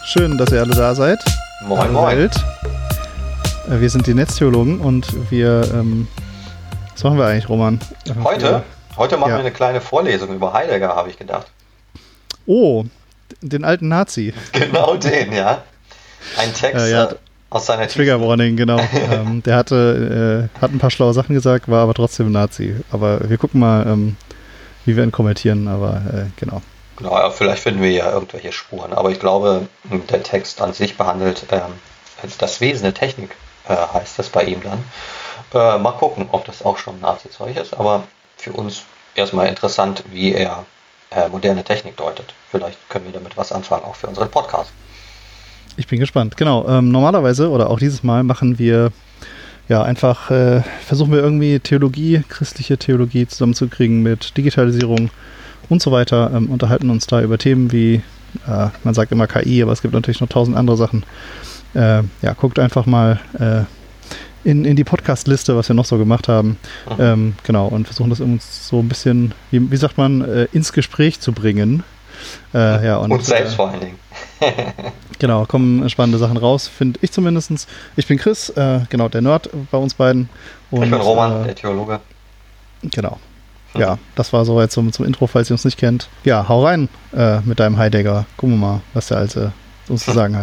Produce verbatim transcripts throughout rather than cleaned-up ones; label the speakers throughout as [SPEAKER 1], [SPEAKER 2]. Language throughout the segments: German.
[SPEAKER 1] schön, dass ihr alle da seid.
[SPEAKER 2] Moin, moin.
[SPEAKER 1] Welt. Wir sind die Netztheologen und wir, ähm, was machen wir eigentlich, Roman?
[SPEAKER 2] Heute?
[SPEAKER 1] Wir,
[SPEAKER 2] Heute machen
[SPEAKER 1] ja.
[SPEAKER 2] wir eine kleine Vorlesung über Heidegger, habe ich gedacht.
[SPEAKER 1] Oh, den alten Nazi.
[SPEAKER 2] Genau den, ja. Ein Text
[SPEAKER 1] äh, ja,
[SPEAKER 2] äh, aus seiner
[SPEAKER 1] Trigger Warning, genau. ähm, der hatte, äh, hat ein paar schlaue Sachen gesagt, war aber trotzdem ein Nazi. Aber wir gucken mal, ähm, wie wir ihn kommentieren, aber äh, genau.
[SPEAKER 2] Naja, vielleicht finden wir ja irgendwelche Spuren, aber ich glaube, der Text an sich behandelt ähm, das Wesen der Technik, äh, heißt das bei ihm dann. Äh, mal gucken, ob das auch schon Nazi-Zeug ist, aber für uns erstmal interessant, wie er äh, moderne Technik deutet. Vielleicht können wir damit was anfangen, auch für unseren Podcast.
[SPEAKER 1] Ich bin gespannt. Genau, ähm, normalerweise oder auch dieses Mal machen wir ja einfach, äh, versuchen wir irgendwie Theologie, christliche Theologie zusammenzukriegen mit Digitalisierung und so weiter, ähm, unterhalten uns da über Themen wie, äh, man sagt immer K I, aber es gibt natürlich noch tausend andere Sachen. Äh, ja, guckt einfach mal äh, in, in die Podcast-Liste, was wir noch so gemacht haben.
[SPEAKER 2] Mhm.
[SPEAKER 1] Ähm, genau, und versuchen das uns so ein bisschen, wie, wie sagt man, äh, ins Gespräch zu bringen. Äh, ja, und,
[SPEAKER 2] und selbst
[SPEAKER 1] äh,
[SPEAKER 2] vor allen Dingen.
[SPEAKER 1] Genau, kommen spannende Sachen raus, finde ich zumindest. Ich bin Chris, äh, genau, der Nerd bei uns beiden. Und,
[SPEAKER 2] ich bin Roman,
[SPEAKER 1] äh,
[SPEAKER 2] der Theologe.
[SPEAKER 1] Genau. Ja, das war soweit zum, zum Intro, falls ihr uns nicht kennt. Ja, hau rein äh, mit deinem Heidegger. Gucken wir mal, was der Alte uns zu sagen hat.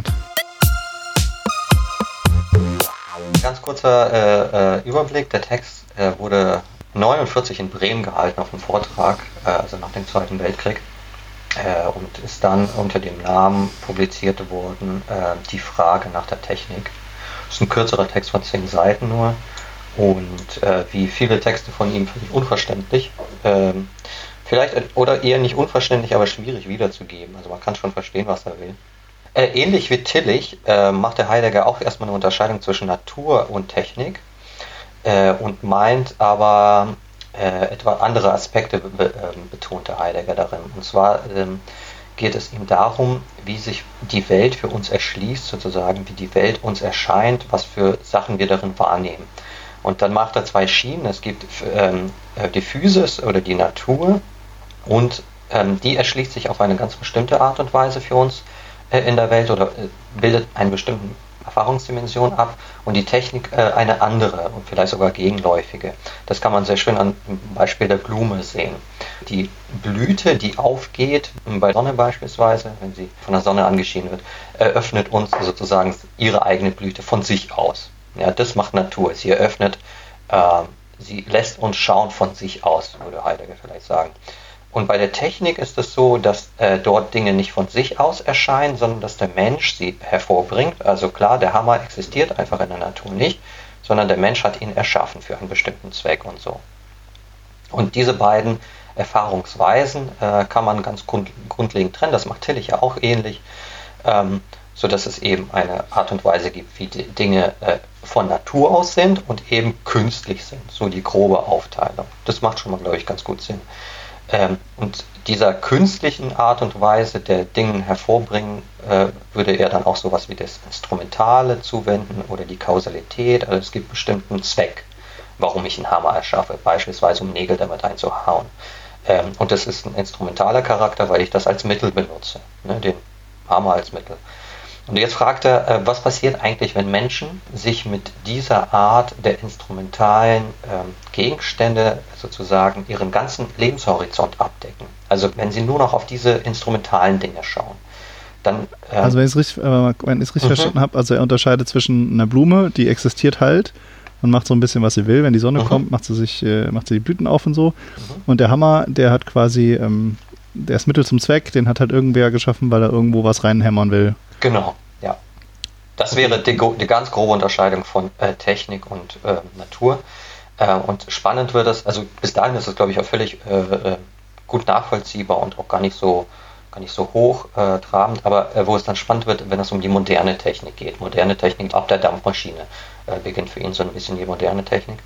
[SPEAKER 2] Ganz kurzer äh, Überblick. Der Text äh, wurde neunundvierzig in Bremen gehalten auf einem Vortrag, äh, also nach dem Zweiten Weltkrieg. Äh, und ist dann unter dem Namen publiziert worden, äh, Die Frage nach der Technik. Das ist ein kürzerer Text von zehn Seiten nur. Und äh, wie viele Texte von ihm völlig unverständlich. Ähm, vielleicht, oder eher nicht unverständlich, aber schwierig wiederzugeben. Also man kann schon verstehen, was er will. Äh, ähnlich wie Tillich äh, macht der Heidegger auch erstmal eine Unterscheidung zwischen Natur und Technik äh, und meint aber äh, etwa andere Aspekte be- äh, betont der Heidegger darin. Und zwar ähm, geht es ihm darum, wie sich die Welt für uns erschließt, sozusagen, wie die Welt uns erscheint, was für Sachen wir darin wahrnehmen. Und dann macht er zwei Schienen. Es gibt ähm, die Physis oder die Natur und ähm, die erschließt sich auf eine ganz bestimmte Art und Weise für uns äh, in der Welt oder äh, bildet eine bestimmte Erfahrungsdimension ab und die Technik äh, eine andere und vielleicht sogar gegenläufige. Das kann man sehr schön am Beispiel der Blume sehen. Die Blüte, die aufgeht, bei Sonne beispielsweise, wenn sie von der Sonne angeschienen wird, eröffnet uns sozusagen ihre eigene Blüte von sich aus. Ja, das macht Natur. Sie eröffnet, äh, sie lässt uns schauen von sich aus, würde Heidegger vielleicht sagen. Und bei der Technik ist es so, dass äh, dort Dinge nicht von sich aus erscheinen, sondern dass der Mensch sie hervorbringt. Also klar, der Hammer existiert einfach in der Natur nicht, sondern der Mensch hat ihn erschaffen für einen bestimmten Zweck und so. Und diese beiden Erfahrungsweisen äh, kann man ganz grund- grundlegend trennen. Das macht Tillich ja auch ähnlich. Ähm, so dass es eben eine Art und Weise gibt, wie die Dinge äh, von Natur aus sind und eben künstlich sind, so die grobe Aufteilung. Das macht schon mal, glaube ich, ganz gut Sinn. Ähm, und dieser künstlichen Art und Weise der Dinge hervorbringen, äh, würde er dann auch sowas wie das Instrumentale zuwenden oder die Kausalität. Also es gibt bestimmten Zweck, warum ich einen Hammer erschaffe, beispielsweise um Nägel damit einzuhauen. Ähm, und das ist ein instrumentaler Charakter, weil ich das als Mittel benutze, ne, den Hammer als Mittel. Und jetzt fragt er, was passiert eigentlich, wenn Menschen sich mit dieser Art der instrumentalen ähm, Gegenstände sozusagen ihren ganzen Lebenshorizont abdecken. Also wenn sie nur noch auf diese instrumentalen Dinge schauen. Dann, ähm,
[SPEAKER 1] also wenn ich es richtig, äh, wenn ich es richtig
[SPEAKER 2] mhm.
[SPEAKER 1] verstanden habe, also er unterscheidet zwischen einer Blume, die existiert halt und macht so ein bisschen, was sie will. Wenn die Sonne
[SPEAKER 2] mhm.
[SPEAKER 1] kommt, macht sie sich, äh, macht sie die Blüten auf und so.
[SPEAKER 2] Mhm.
[SPEAKER 1] Und der Hammer, der hat quasi, ähm, der ist Mittel zum Zweck, den hat halt irgendwer geschaffen, weil er irgendwo was reinhämmern will.
[SPEAKER 2] Genau, ja. Das wäre die, die ganz grobe Unterscheidung von äh, Technik und äh, Natur. Äh, und spannend wird es, also bis dahin ist es, glaube ich, auch völlig äh, äh, gut nachvollziehbar und auch gar nicht so, gar nicht so hochtrabend, äh, aber äh, wo es dann spannend wird, wenn es um die moderne Technik geht. Moderne Technik ab der Dampfmaschine äh, beginnt für ihn so ein bisschen die moderne Technik.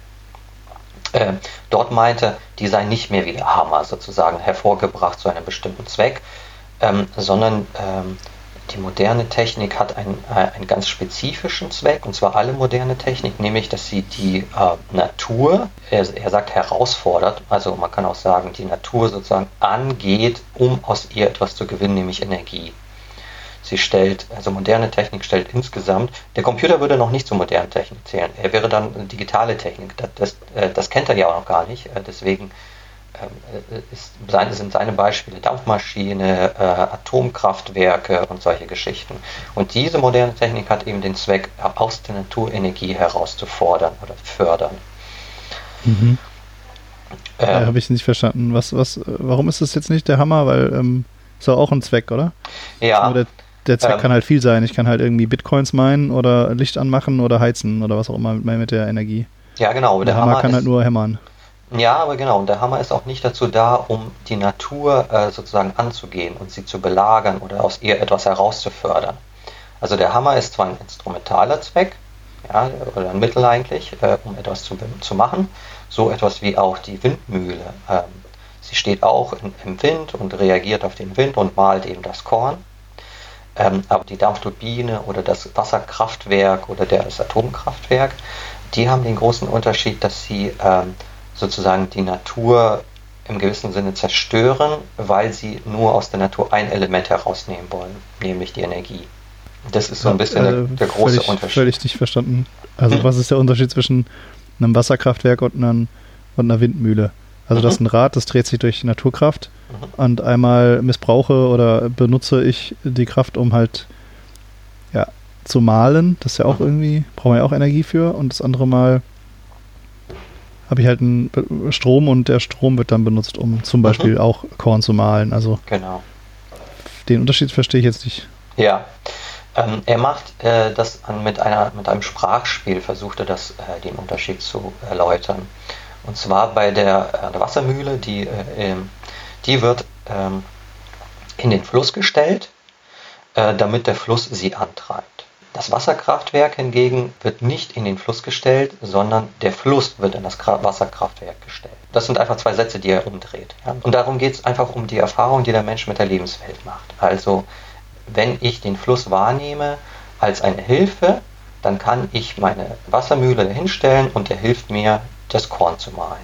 [SPEAKER 2] Äh, dort meinte, die sei nicht mehr wie der Hammer sozusagen hervorgebracht zu einem bestimmten Zweck, ähm, sondern ähm, die moderne Technik hat einen, äh, einen ganz spezifischen Zweck, und zwar alle moderne Technik, nämlich, dass sie die äh, Natur, er, er sagt herausfordert, also man kann auch sagen, die Natur sozusagen angeht, um aus ihr etwas zu gewinnen, nämlich Energie. Sie sie stellt, also moderne Technik stellt insgesamt, der Computer würde noch nicht zur modernen Technik zählen. Er wäre dann digitale Technik. Das, das, das kennt er ja auch noch gar nicht. Deswegen ist, sind seine Beispiele Dampfmaschine, äh, Atomkraftwerke und solche Geschichten. Und diese moderne Technik hat eben den Zweck, aus der Natur Energie herauszufordern oder fördern.
[SPEAKER 1] Mhm. Ähm, ja, habe ich nicht verstanden. Was, was, warum ist das jetzt nicht der Hammer? Weil ähm, ist doch auch ein Zweck, oder?
[SPEAKER 2] Ja.
[SPEAKER 1] Nur der, der Zweck
[SPEAKER 2] ähm,
[SPEAKER 1] kann halt viel sein. Ich kann halt irgendwie Bitcoins meinen oder Licht anmachen oder heizen oder was auch immer mit, mit der Energie.
[SPEAKER 2] Ja, genau.
[SPEAKER 1] Der, der Hammer, Hammer kann ist, halt nur hämmern.
[SPEAKER 2] Ja, aber genau. Und der Hammer ist auch nicht dazu da, um die Natur äh, sozusagen anzugehen und sie zu belagern oder aus ihr etwas herauszufördern. Also der Hammer ist zwar ein instrumentaler Zweck, ja, oder ein Mittel eigentlich, äh, um etwas zu, zu machen. So etwas wie auch die Windmühle. Ähm, sie steht auch in, im Wind und reagiert auf den Wind und malt eben das Korn. Ähm, aber die Dampfturbine oder das Wasserkraftwerk oder das Atomkraftwerk, die haben den großen Unterschied, dass sie ähm, sozusagen die Natur im gewissen Sinne zerstören, weil sie nur aus der Natur ein Element herausnehmen wollen, nämlich die Energie. Das ist so ein bisschen ja, äh, der, der große
[SPEAKER 1] völlig,
[SPEAKER 2] Unterschied.
[SPEAKER 1] Völlig nicht verstanden. Also hm. was ist der Unterschied zwischen einem Wasserkraftwerk und, einem, und einer Windmühle? Also mhm. das ist ein Rad, das dreht sich durch Naturkraft mhm. und einmal missbrauche oder benutze ich die Kraft, um halt ja, zu mahlen. Das ist ja auch mhm. irgendwie, brauchen wir ja auch Energie für. Und das andere Mal habe ich halt einen Strom und der Strom wird dann benutzt, um zum Beispiel mhm. auch Korn zu mahlen. Also
[SPEAKER 2] genau.
[SPEAKER 1] Den Unterschied verstehe ich jetzt nicht.
[SPEAKER 2] Ja. Ähm, er macht äh, das an, mit, einer, mit einem Sprachspiel, versucht er das, äh, den Unterschied zu erläutern. Und zwar bei der, äh, der Wassermühle, die, äh, die wird ähm, in den Fluss gestellt, äh, damit der Fluss sie antreibt. Das Wasserkraftwerk hingegen wird nicht in den Fluss gestellt, sondern der Fluss wird in das Kra- Wasserkraftwerk gestellt. Das sind einfach zwei Sätze, die er umdreht. Ja? Und darum geht es einfach um die Erfahrung, die der Mensch mit der Lebenswelt macht. Also wenn ich den Fluss wahrnehme als eine Hilfe, dann kann ich meine Wassermühle hinstellen und der hilft mir, das Korn zu mahlen.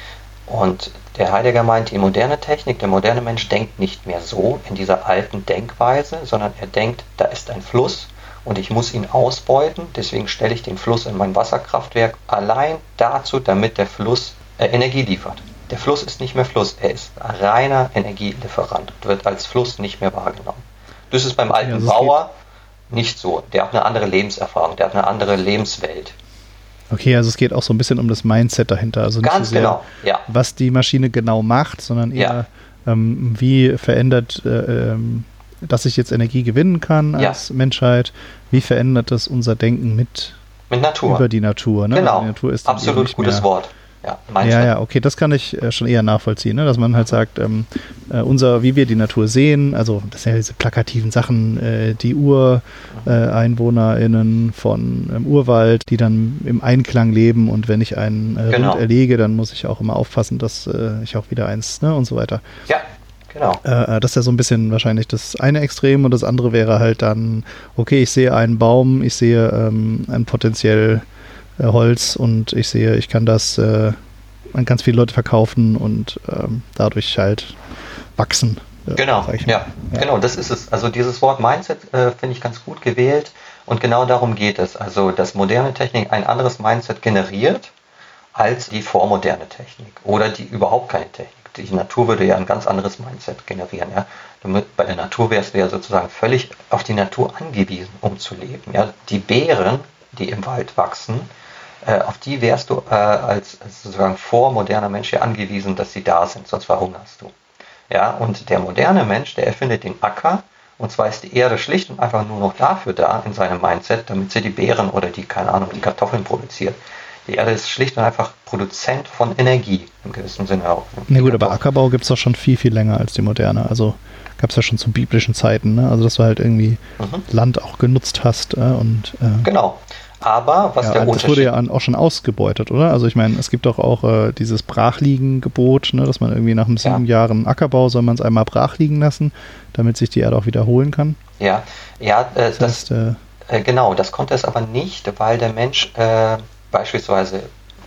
[SPEAKER 2] Und der Heidegger meint, die moderne Technik, der moderne Mensch denkt nicht mehr so in dieser alten Denkweise, sondern er denkt, da ist ein Fluss und ich muss ihn ausbeuten, deswegen stelle ich den Fluss in mein Wasserkraftwerk allein dazu, damit der Fluss äh, Energie liefert. Der Fluss ist nicht mehr Fluss, er ist reiner Energielieferant und wird als Fluss nicht mehr wahrgenommen. Das ist beim alten ja, Bauer nicht so. Der hat eine andere Lebenserfahrung, der hat eine andere Lebenswelt.
[SPEAKER 1] Okay, also es geht auch so ein bisschen um das Mindset dahinter. Also nicht
[SPEAKER 2] Ganz
[SPEAKER 1] so sehr,
[SPEAKER 2] genau, ja.
[SPEAKER 1] was die Maschine genau macht, sondern eher, ja. ähm, wie verändert, äh, ähm, dass ich jetzt Energie gewinnen kann als ja. Menschheit, wie verändert das unser Denken mit,
[SPEAKER 2] mit Natur.
[SPEAKER 1] Über die Natur. Ne?
[SPEAKER 2] Genau,
[SPEAKER 1] also die Natur ist
[SPEAKER 2] absolut gutes
[SPEAKER 1] mehr,
[SPEAKER 2] Wort. Ja,
[SPEAKER 1] ja, ja, okay, das kann ich äh, schon eher nachvollziehen, ne? Dass man halt sagt, ähm, äh, unser, wie wir die Natur sehen, also das sind ja diese plakativen Sachen, äh, die UreinwohnerInnen äh, von ähm, Urwald, die dann im Einklang leben und wenn ich einen äh,
[SPEAKER 2] genau.
[SPEAKER 1] Rind erlege, dann muss ich auch immer aufpassen, dass äh, ich auch wieder eins, ne, und so weiter.
[SPEAKER 2] Ja, genau.
[SPEAKER 1] Äh, das ist ja so ein bisschen wahrscheinlich das eine Extrem und das andere wäre halt dann, okay, ich sehe einen Baum, ich sehe ähm, ein potenziell Holz und ich sehe, ich kann das äh, an ganz viele Leute verkaufen und ähm, dadurch halt wachsen.
[SPEAKER 2] Äh, genau, ja, ja, genau, das ist es. Also dieses Wort Mindset äh, finde ich ganz gut gewählt und genau darum geht es. Also dass moderne Technik ein anderes Mindset generiert als die vormoderne Technik oder die überhaupt keine Technik. Die Natur würde ja ein ganz anderes Mindset generieren. Ja? Damit, bei der Natur wärst du ja sozusagen völlig auf die Natur angewiesen, um zu leben. Ja? Die Beeren, die im Wald wachsen, Äh, auf die wärst du äh, als, als sozusagen vormoderner Mensch ja angewiesen, dass sie da sind, sonst verhungerst du. Ja, und der moderne Mensch, der erfindet den Acker, und zwar ist die Erde schlicht und einfach nur noch dafür da in seinem Mindset, damit sie die Beeren oder die, keine Ahnung, die Kartoffeln produziert. Die Erde ist schlicht und einfach Produzent von Energie, im gewissen Sinne auch.
[SPEAKER 1] Na gut, aber Ackerbau gibt es doch schon viel, viel länger als die moderne. Also gab es ja schon zu biblischen Zeiten, ne? Also dass du halt irgendwie mhm. Land auch genutzt hast äh, und äh,
[SPEAKER 2] genau. Aber was
[SPEAKER 1] ja,
[SPEAKER 2] der
[SPEAKER 1] das
[SPEAKER 2] Unterschied...
[SPEAKER 1] wurde ja auch schon ausgebeutet, oder? Also ich meine, es gibt doch auch äh, dieses Brachliegengebot, ne, dass man irgendwie nach einem sieben ja. Jahren Ackerbau soll man es einmal brach liegen lassen, damit sich die Erde auch wiederholen kann.
[SPEAKER 2] Ja, ja, äh, das, das
[SPEAKER 1] heißt, äh,
[SPEAKER 2] äh, genau, das konnte es aber nicht, weil der Mensch äh, beispielsweise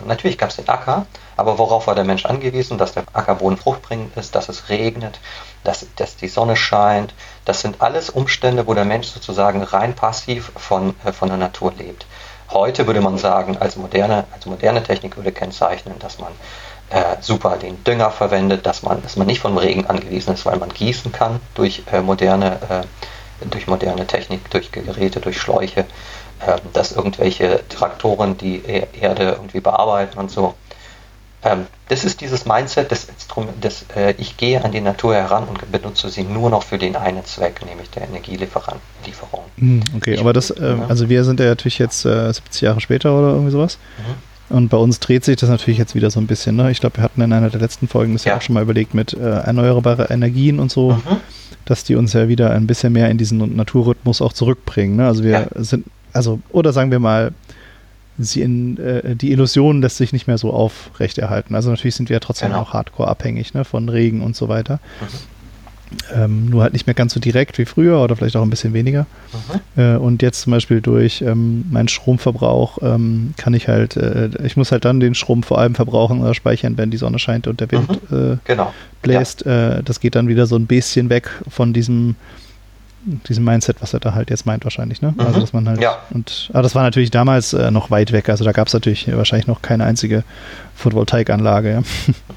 [SPEAKER 2] natürlich gab es den Acker, aber worauf war der Mensch angewiesen? Dass der Ackerboden fruchtbringend ist, dass es regnet, dass, dass die Sonne scheint. Das sind alles Umstände, wo der Mensch sozusagen rein passiv von, äh, von der Natur lebt. Heute würde man sagen, als moderne, als moderne Technik würde kennzeichnen, dass man äh, super den Dünger verwendet, dass man, dass man nicht vom Regen angewiesen ist, weil man gießen kann durch äh, moderne, äh, durch moderne Technik, durch Geräte, durch Schläuche, äh, dass irgendwelche Traktoren die e- Erde irgendwie bearbeiten und so. Ähm, das ist dieses Mindset, das Instrument, das, äh, ich gehe an die Natur heran und benutze sie nur noch für den einen Zweck, nämlich der Energielieferung.
[SPEAKER 1] Okay,
[SPEAKER 2] ich,
[SPEAKER 1] aber das, äh,
[SPEAKER 2] ja.
[SPEAKER 1] also wir sind ja natürlich jetzt äh, siebzig Jahre später oder irgendwie sowas.
[SPEAKER 2] Mhm.
[SPEAKER 1] Und bei uns dreht sich das natürlich jetzt wieder so ein bisschen. Ne? Ich glaube, wir hatten in einer der letzten Folgen das ja, ja auch schon mal überlegt mit äh, erneuerbare Energien und so, mhm. dass die uns ja wieder ein bisschen mehr in diesen Naturrhythmus auch zurückbringen. Ne? Also wir ja. sind, also, oder sagen wir mal, sie in, äh, die Illusion lässt sich nicht mehr so aufrechterhalten. Also natürlich sind wir ja trotzdem genau. auch hardcore abhängig, ne, von Regen und so weiter. Mhm. Ähm, nur halt nicht mehr ganz so direkt wie früher oder vielleicht auch ein bisschen weniger. Mhm. Äh, und jetzt zum Beispiel durch ähm, meinen Stromverbrauch ähm, kann ich halt, äh, ich muss halt dann den Strom vor allem verbrauchen oder speichern, wenn die Sonne scheint und der Wind mhm. äh,
[SPEAKER 2] genau.
[SPEAKER 1] bläst. Ja. Äh, das geht dann wieder so ein bisschen weg von diesem diesem Mindset, was er da halt jetzt meint wahrscheinlich, ne? Mhm. Also dass man halt
[SPEAKER 2] ja.
[SPEAKER 1] und aber das war natürlich damals äh, noch weit weg, also da gab es natürlich wahrscheinlich noch keine einzige Photovoltaikanlage. Ja,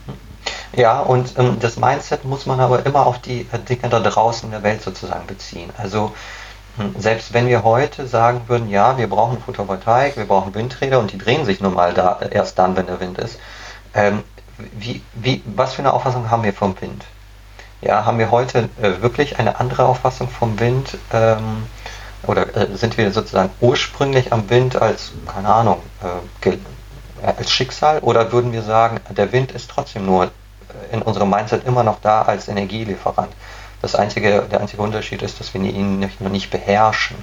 [SPEAKER 2] ja und ähm, das Mindset muss man aber immer auf die äh, Dinge da draußen in der Welt sozusagen beziehen. Also hm, selbst wenn wir heute sagen würden, ja, wir brauchen Photovoltaik, wir brauchen Windräder und die drehen sich nun mal da, erst dann, wenn der Wind ist. Ähm, wie, wie, was für eine Auffassung haben wir vom Wind? Ja, haben wir heute äh, wirklich eine andere Auffassung vom Wind ähm, oder äh, sind wir sozusagen ursprünglich am Wind als, keine Ahnung, äh, ge- als Schicksal oder würden wir sagen, der Wind ist trotzdem nur in unserem Mindset immer noch da als Energielieferant. Das einzige, der einzige Unterschied ist, dass wir ihn nicht, noch nicht beherrschen.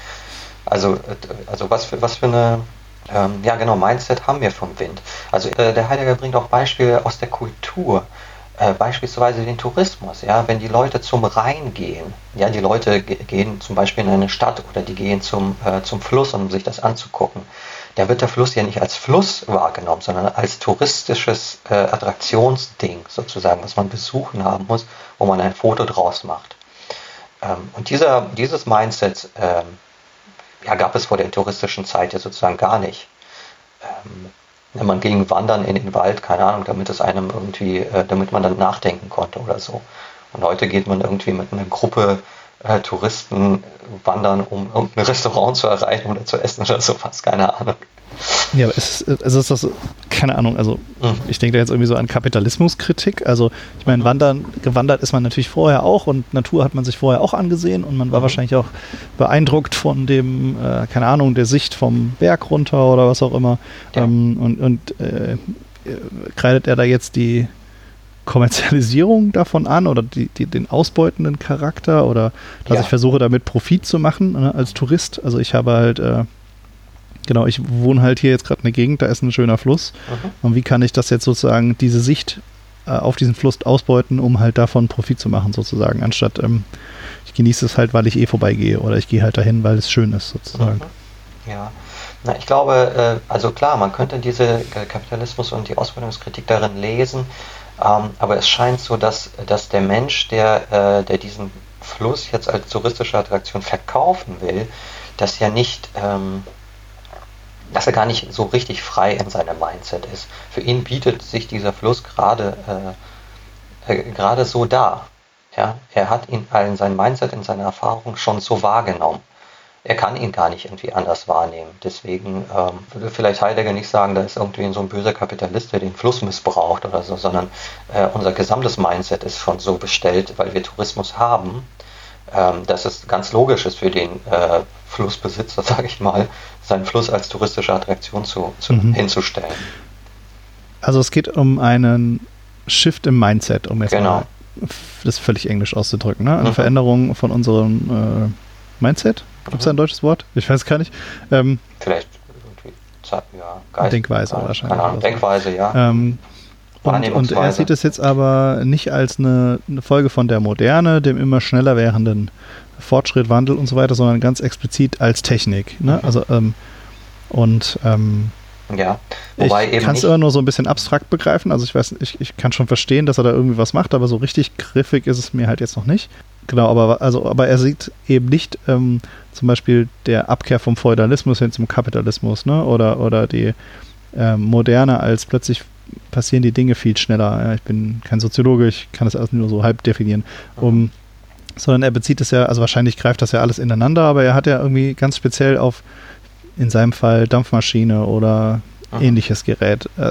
[SPEAKER 2] Also, also was für, was für eine, ähm, ja genau, Mindset haben wir vom Wind. Also äh, der Heidegger bringt auch Beispiele aus der Kultur. Äh, beispielsweise den Tourismus, ja, wenn die Leute zum Rhein gehen, ja, die Leute ge- gehen zum Beispiel in eine Stadt oder die gehen zum, äh, zum Fluss, um sich das anzugucken, da wird der Fluss ja nicht als Fluss wahrgenommen, sondern als touristisches äh, Attraktionsding sozusagen, was man besuchen haben muss, wo man ein Foto draus macht. Ähm, und dieser, dieses Mindset ähm, ja, gab es vor der touristischen Zeit ja sozusagen gar nicht. Ähm, Man ging wandern in den Wald, keine Ahnung, damit es einem irgendwie, äh, damit man dann nachdenken konnte oder so. Und heute geht man irgendwie mit einer Gruppe äh, Touristen wandern, um irgendein Restaurant zu erreichen oder zu essen oder sowas, keine Ahnung.
[SPEAKER 1] Ja, aber es ist, es ist das, keine Ahnung, also mhm. ich denke da jetzt irgendwie so an Kapitalismuskritik. Also ich meine, wandern, gewandert ist man natürlich vorher auch und Natur hat man sich vorher auch angesehen und man war mhm. wahrscheinlich auch beeindruckt von dem, äh, keine Ahnung, der Sicht vom Berg runter oder was auch immer. Ja. Ähm, und und äh, kreidet er da jetzt die Kommerzialisierung davon an oder die, die, den ausbeutenden Charakter oder dass ja. ich versuche damit Profit zu machen, ne, als Tourist. Also ich habe halt äh, Genau, ich wohne halt hier jetzt gerade in der Gegend, da ist ein schöner Fluss. Mhm. Und wie kann ich das jetzt sozusagen, diese Sicht äh, auf diesen Fluss ausbeuten, um halt davon Profit zu machen sozusagen, anstatt ähm, ich genieße es halt, weil ich eh vorbeigehe oder ich gehe halt dahin, weil es schön ist sozusagen.
[SPEAKER 2] Mhm. Ja, na, ich glaube, äh, also klar, man könnte diese äh, Kapitalismus und die Ausbeutungskritik darin lesen, ähm, aber es scheint so, dass, dass der Mensch, der, äh, der diesen Fluss jetzt als touristische Attraktion verkaufen will, das ja nicht... Ähm, dass er gar nicht so richtig frei in seinem Mindset ist. Für ihn bietet sich dieser Fluss gerade äh, äh, gerade so dar. Ja? Er hat ihn in seinem Mindset, in seiner Erfahrung schon so wahrgenommen. Er kann ihn gar nicht irgendwie anders wahrnehmen. Deswegen ähm, würde vielleicht Heidegger nicht sagen, da ist irgendwie so ein böser Kapitalist, der den Fluss missbraucht oder so, sondern äh, unser gesamtes Mindset ist schon so bestellt, weil wir Tourismus haben, ähm, dass es ganz logisch ist für den äh, Flussbesitzer, sage ich mal, seinen Fluss als touristische Attraktion zu, zu, mhm. hinzustellen.
[SPEAKER 1] Also es geht um einen Shift im Mindset, um jetzt
[SPEAKER 2] genau.
[SPEAKER 1] mal das völlig englisch auszudrücken. Ne? Eine
[SPEAKER 2] mhm.
[SPEAKER 1] Veränderung von unserem äh, Mindset. Gibt es da ein deutsches Wort? Ich weiß gar nicht. Ähm,
[SPEAKER 2] Vielleicht irgendwie, ja, Geist,
[SPEAKER 1] Denkweise
[SPEAKER 2] Geist,
[SPEAKER 1] wahrscheinlich.
[SPEAKER 2] Keine Ahnung, Denkweise, ja.
[SPEAKER 1] Ähm, und, und er sieht es jetzt aber nicht als eine, eine Folge von der Moderne, dem immer schneller werdenden Fortschritt, Wandel und so weiter, sondern ganz explizit als Technik. Ne? Mhm. Also ähm, und ähm,
[SPEAKER 2] Ja, wobei
[SPEAKER 1] ich
[SPEAKER 2] eben
[SPEAKER 1] kann es
[SPEAKER 2] nicht,
[SPEAKER 1] immer nur so ein bisschen abstrakt begreifen. Also ich weiß, ich, ich kann schon verstehen, dass er da irgendwie was macht, aber so richtig griffig ist es mir halt jetzt noch nicht. Genau, aber also, aber er sieht eben nicht ähm, zum Beispiel der Abkehr vom Feudalismus hin zum Kapitalismus, ne? Oder oder die ähm, Moderne als plötzlich passieren die Dinge viel schneller. Ja, ich bin kein Soziologe, ich kann das alles nur so halb definieren. Um, sondern er bezieht es ja, also wahrscheinlich greift das ja alles ineinander, aber er hat ja irgendwie ganz speziell auf, in seinem Fall, Dampfmaschine oder
[SPEAKER 2] Aha.
[SPEAKER 1] ähnliches Gerät. Äh,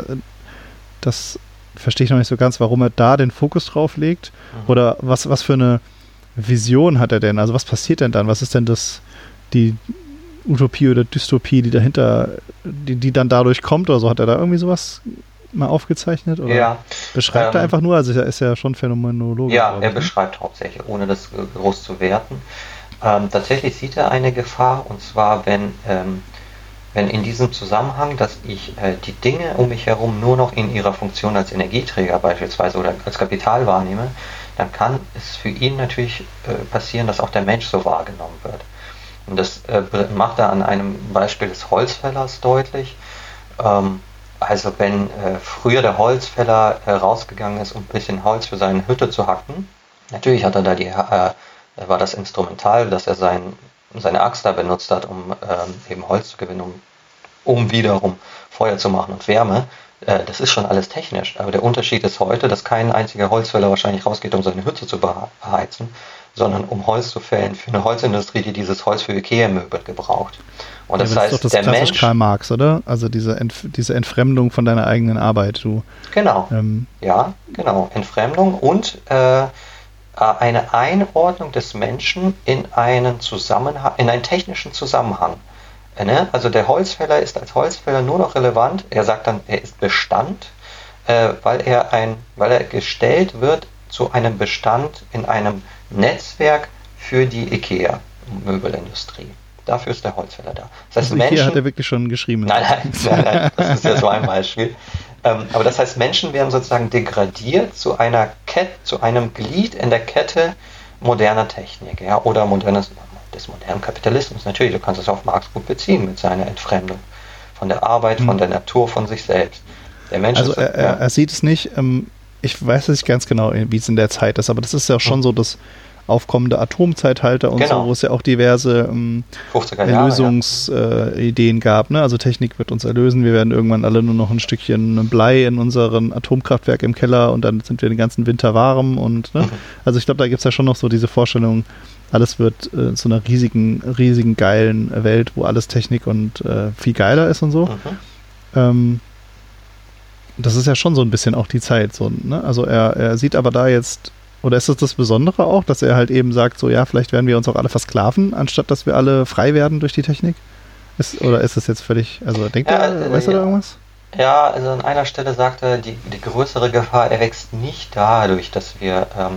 [SPEAKER 1] das verstehe ich noch nicht so ganz, warum er da den Fokus drauf legt.
[SPEAKER 2] Aha.
[SPEAKER 1] Oder was, was für eine Vision hat er denn? Also was passiert denn dann? Was ist denn das, die Utopie oder Dystopie, die dahinter, die, die dann dadurch kommt oder so? Hat er da irgendwie sowas mal aufgezeichnet? Oder
[SPEAKER 2] ja,
[SPEAKER 1] beschreibt
[SPEAKER 2] ähm,
[SPEAKER 1] er einfach nur? Also er ist ja schon Phänomenologe.
[SPEAKER 2] Ja,
[SPEAKER 1] glaube
[SPEAKER 2] er
[SPEAKER 1] ich, ne?
[SPEAKER 2] beschreibt hauptsächlich, ohne das äh, groß zu werten. Ähm, tatsächlich sieht er eine Gefahr, und zwar, wenn, ähm, wenn in diesem Zusammenhang, dass ich äh, die Dinge um mich herum nur noch in ihrer Funktion als Energieträger beispielsweise oder als Kapital wahrnehme, dann kann es für ihn natürlich äh, passieren, dass auch der Mensch so wahrgenommen wird. Und das äh, macht er an einem Beispiel des Holzfällers deutlich. Ähm, also wenn äh, früher der Holzfäller äh, rausgegangen ist, um ein bisschen Holz für seine Hütte zu hacken, natürlich hat er da die, äh, war das Instrumental, dass er sein, seine Axt da benutzt hat, um ähm, eben Holz zu gewinnen, um, um wiederum Feuer zu machen und Wärme. Äh, das ist schon alles technisch. Aber der Unterschied ist heute, dass kein einziger Holzfäller wahrscheinlich rausgeht, um seine Hütte zu beheizen, sondern um Holz zu fällen für eine Holzindustrie, die dieses Holz für Ikea-Möbel gebraucht. Und das
[SPEAKER 1] ja,
[SPEAKER 2] heißt,
[SPEAKER 1] das ist doch das
[SPEAKER 2] der
[SPEAKER 1] klassisch
[SPEAKER 2] Mensch...
[SPEAKER 1] Karl Marx, oder? Also diese, Entf- diese Entfremdung von deiner eigenen Arbeit. Du,
[SPEAKER 2] Genau,
[SPEAKER 1] ähm,
[SPEAKER 2] ja, genau. Entfremdung und äh, eine Einordnung des Menschen in einen Zusammenhang, in einen technischen Zusammenhang. Äh, ne? Also der Holzfäller ist als Holzfäller nur noch relevant. Er sagt dann, er ist Bestand, äh, weil er ein, weil er gestellt wird zu einem Bestand in einem Netzwerk für die IKEA-Möbelindustrie. Dafür ist der Holzfäller da. Das heißt,
[SPEAKER 1] also
[SPEAKER 2] Menschen,
[SPEAKER 1] Ikea hat er wirklich schon geschrieben.
[SPEAKER 2] Nein, nein, nein, nein, das ist ja so ein Beispiel. Ähm, aber das heißt, Menschen werden sozusagen degradiert zu einer Kette, zu einem Glied in der Kette moderner Technik, ja, oder modernes, des modernen Kapitalismus. Natürlich, du kannst es auf Marx gut beziehen mit seiner Entfremdung von der Arbeit,
[SPEAKER 1] Hm.
[SPEAKER 2] von der Natur, von sich selbst. Der Mensch
[SPEAKER 1] Also
[SPEAKER 2] ist,
[SPEAKER 1] er,
[SPEAKER 2] ja,
[SPEAKER 1] er, er sieht es nicht, ähm, ich weiß nicht ganz genau, wie es in der Zeit ist, aber das ist ja schon
[SPEAKER 2] Hm.
[SPEAKER 1] so das aufkommende Atomzeitalter und
[SPEAKER 2] Genau.
[SPEAKER 1] so, wo es ja auch diverse ähm,
[SPEAKER 2] fünfziger Jahre,
[SPEAKER 1] Erlösungsideen äh, gab. Ne? Also Technik wird uns erlösen, wir werden irgendwann alle nur noch ein Stückchen Blei in unseren Atomkraftwerk im Keller und dann sind wir den ganzen Winter warm. Und, ne?
[SPEAKER 2] Mhm.
[SPEAKER 1] Also ich glaube, da gibt es ja schon noch so diese Vorstellung, alles wird äh, zu einer riesigen, riesigen, geilen Welt, wo alles Technik und äh, viel geiler ist und so.
[SPEAKER 2] ja. Mhm.
[SPEAKER 1] Ähm, das ist ja schon so ein bisschen auch die Zeit. So, ne? Also er, er sieht aber da jetzt, oder ist das das Besondere auch, dass er halt eben sagt, so ja, vielleicht werden wir uns auch alle versklaven, anstatt dass wir alle frei werden durch die Technik? Ist, oder ist das jetzt völlig, also denkt
[SPEAKER 2] Ja,
[SPEAKER 1] er,
[SPEAKER 2] äh,
[SPEAKER 1] weiß er
[SPEAKER 2] ja.
[SPEAKER 1] da irgendwas?
[SPEAKER 2] Ja, also an einer Stelle sagt er, die, die größere Gefahr erwächst nicht dadurch, dass wir ähm,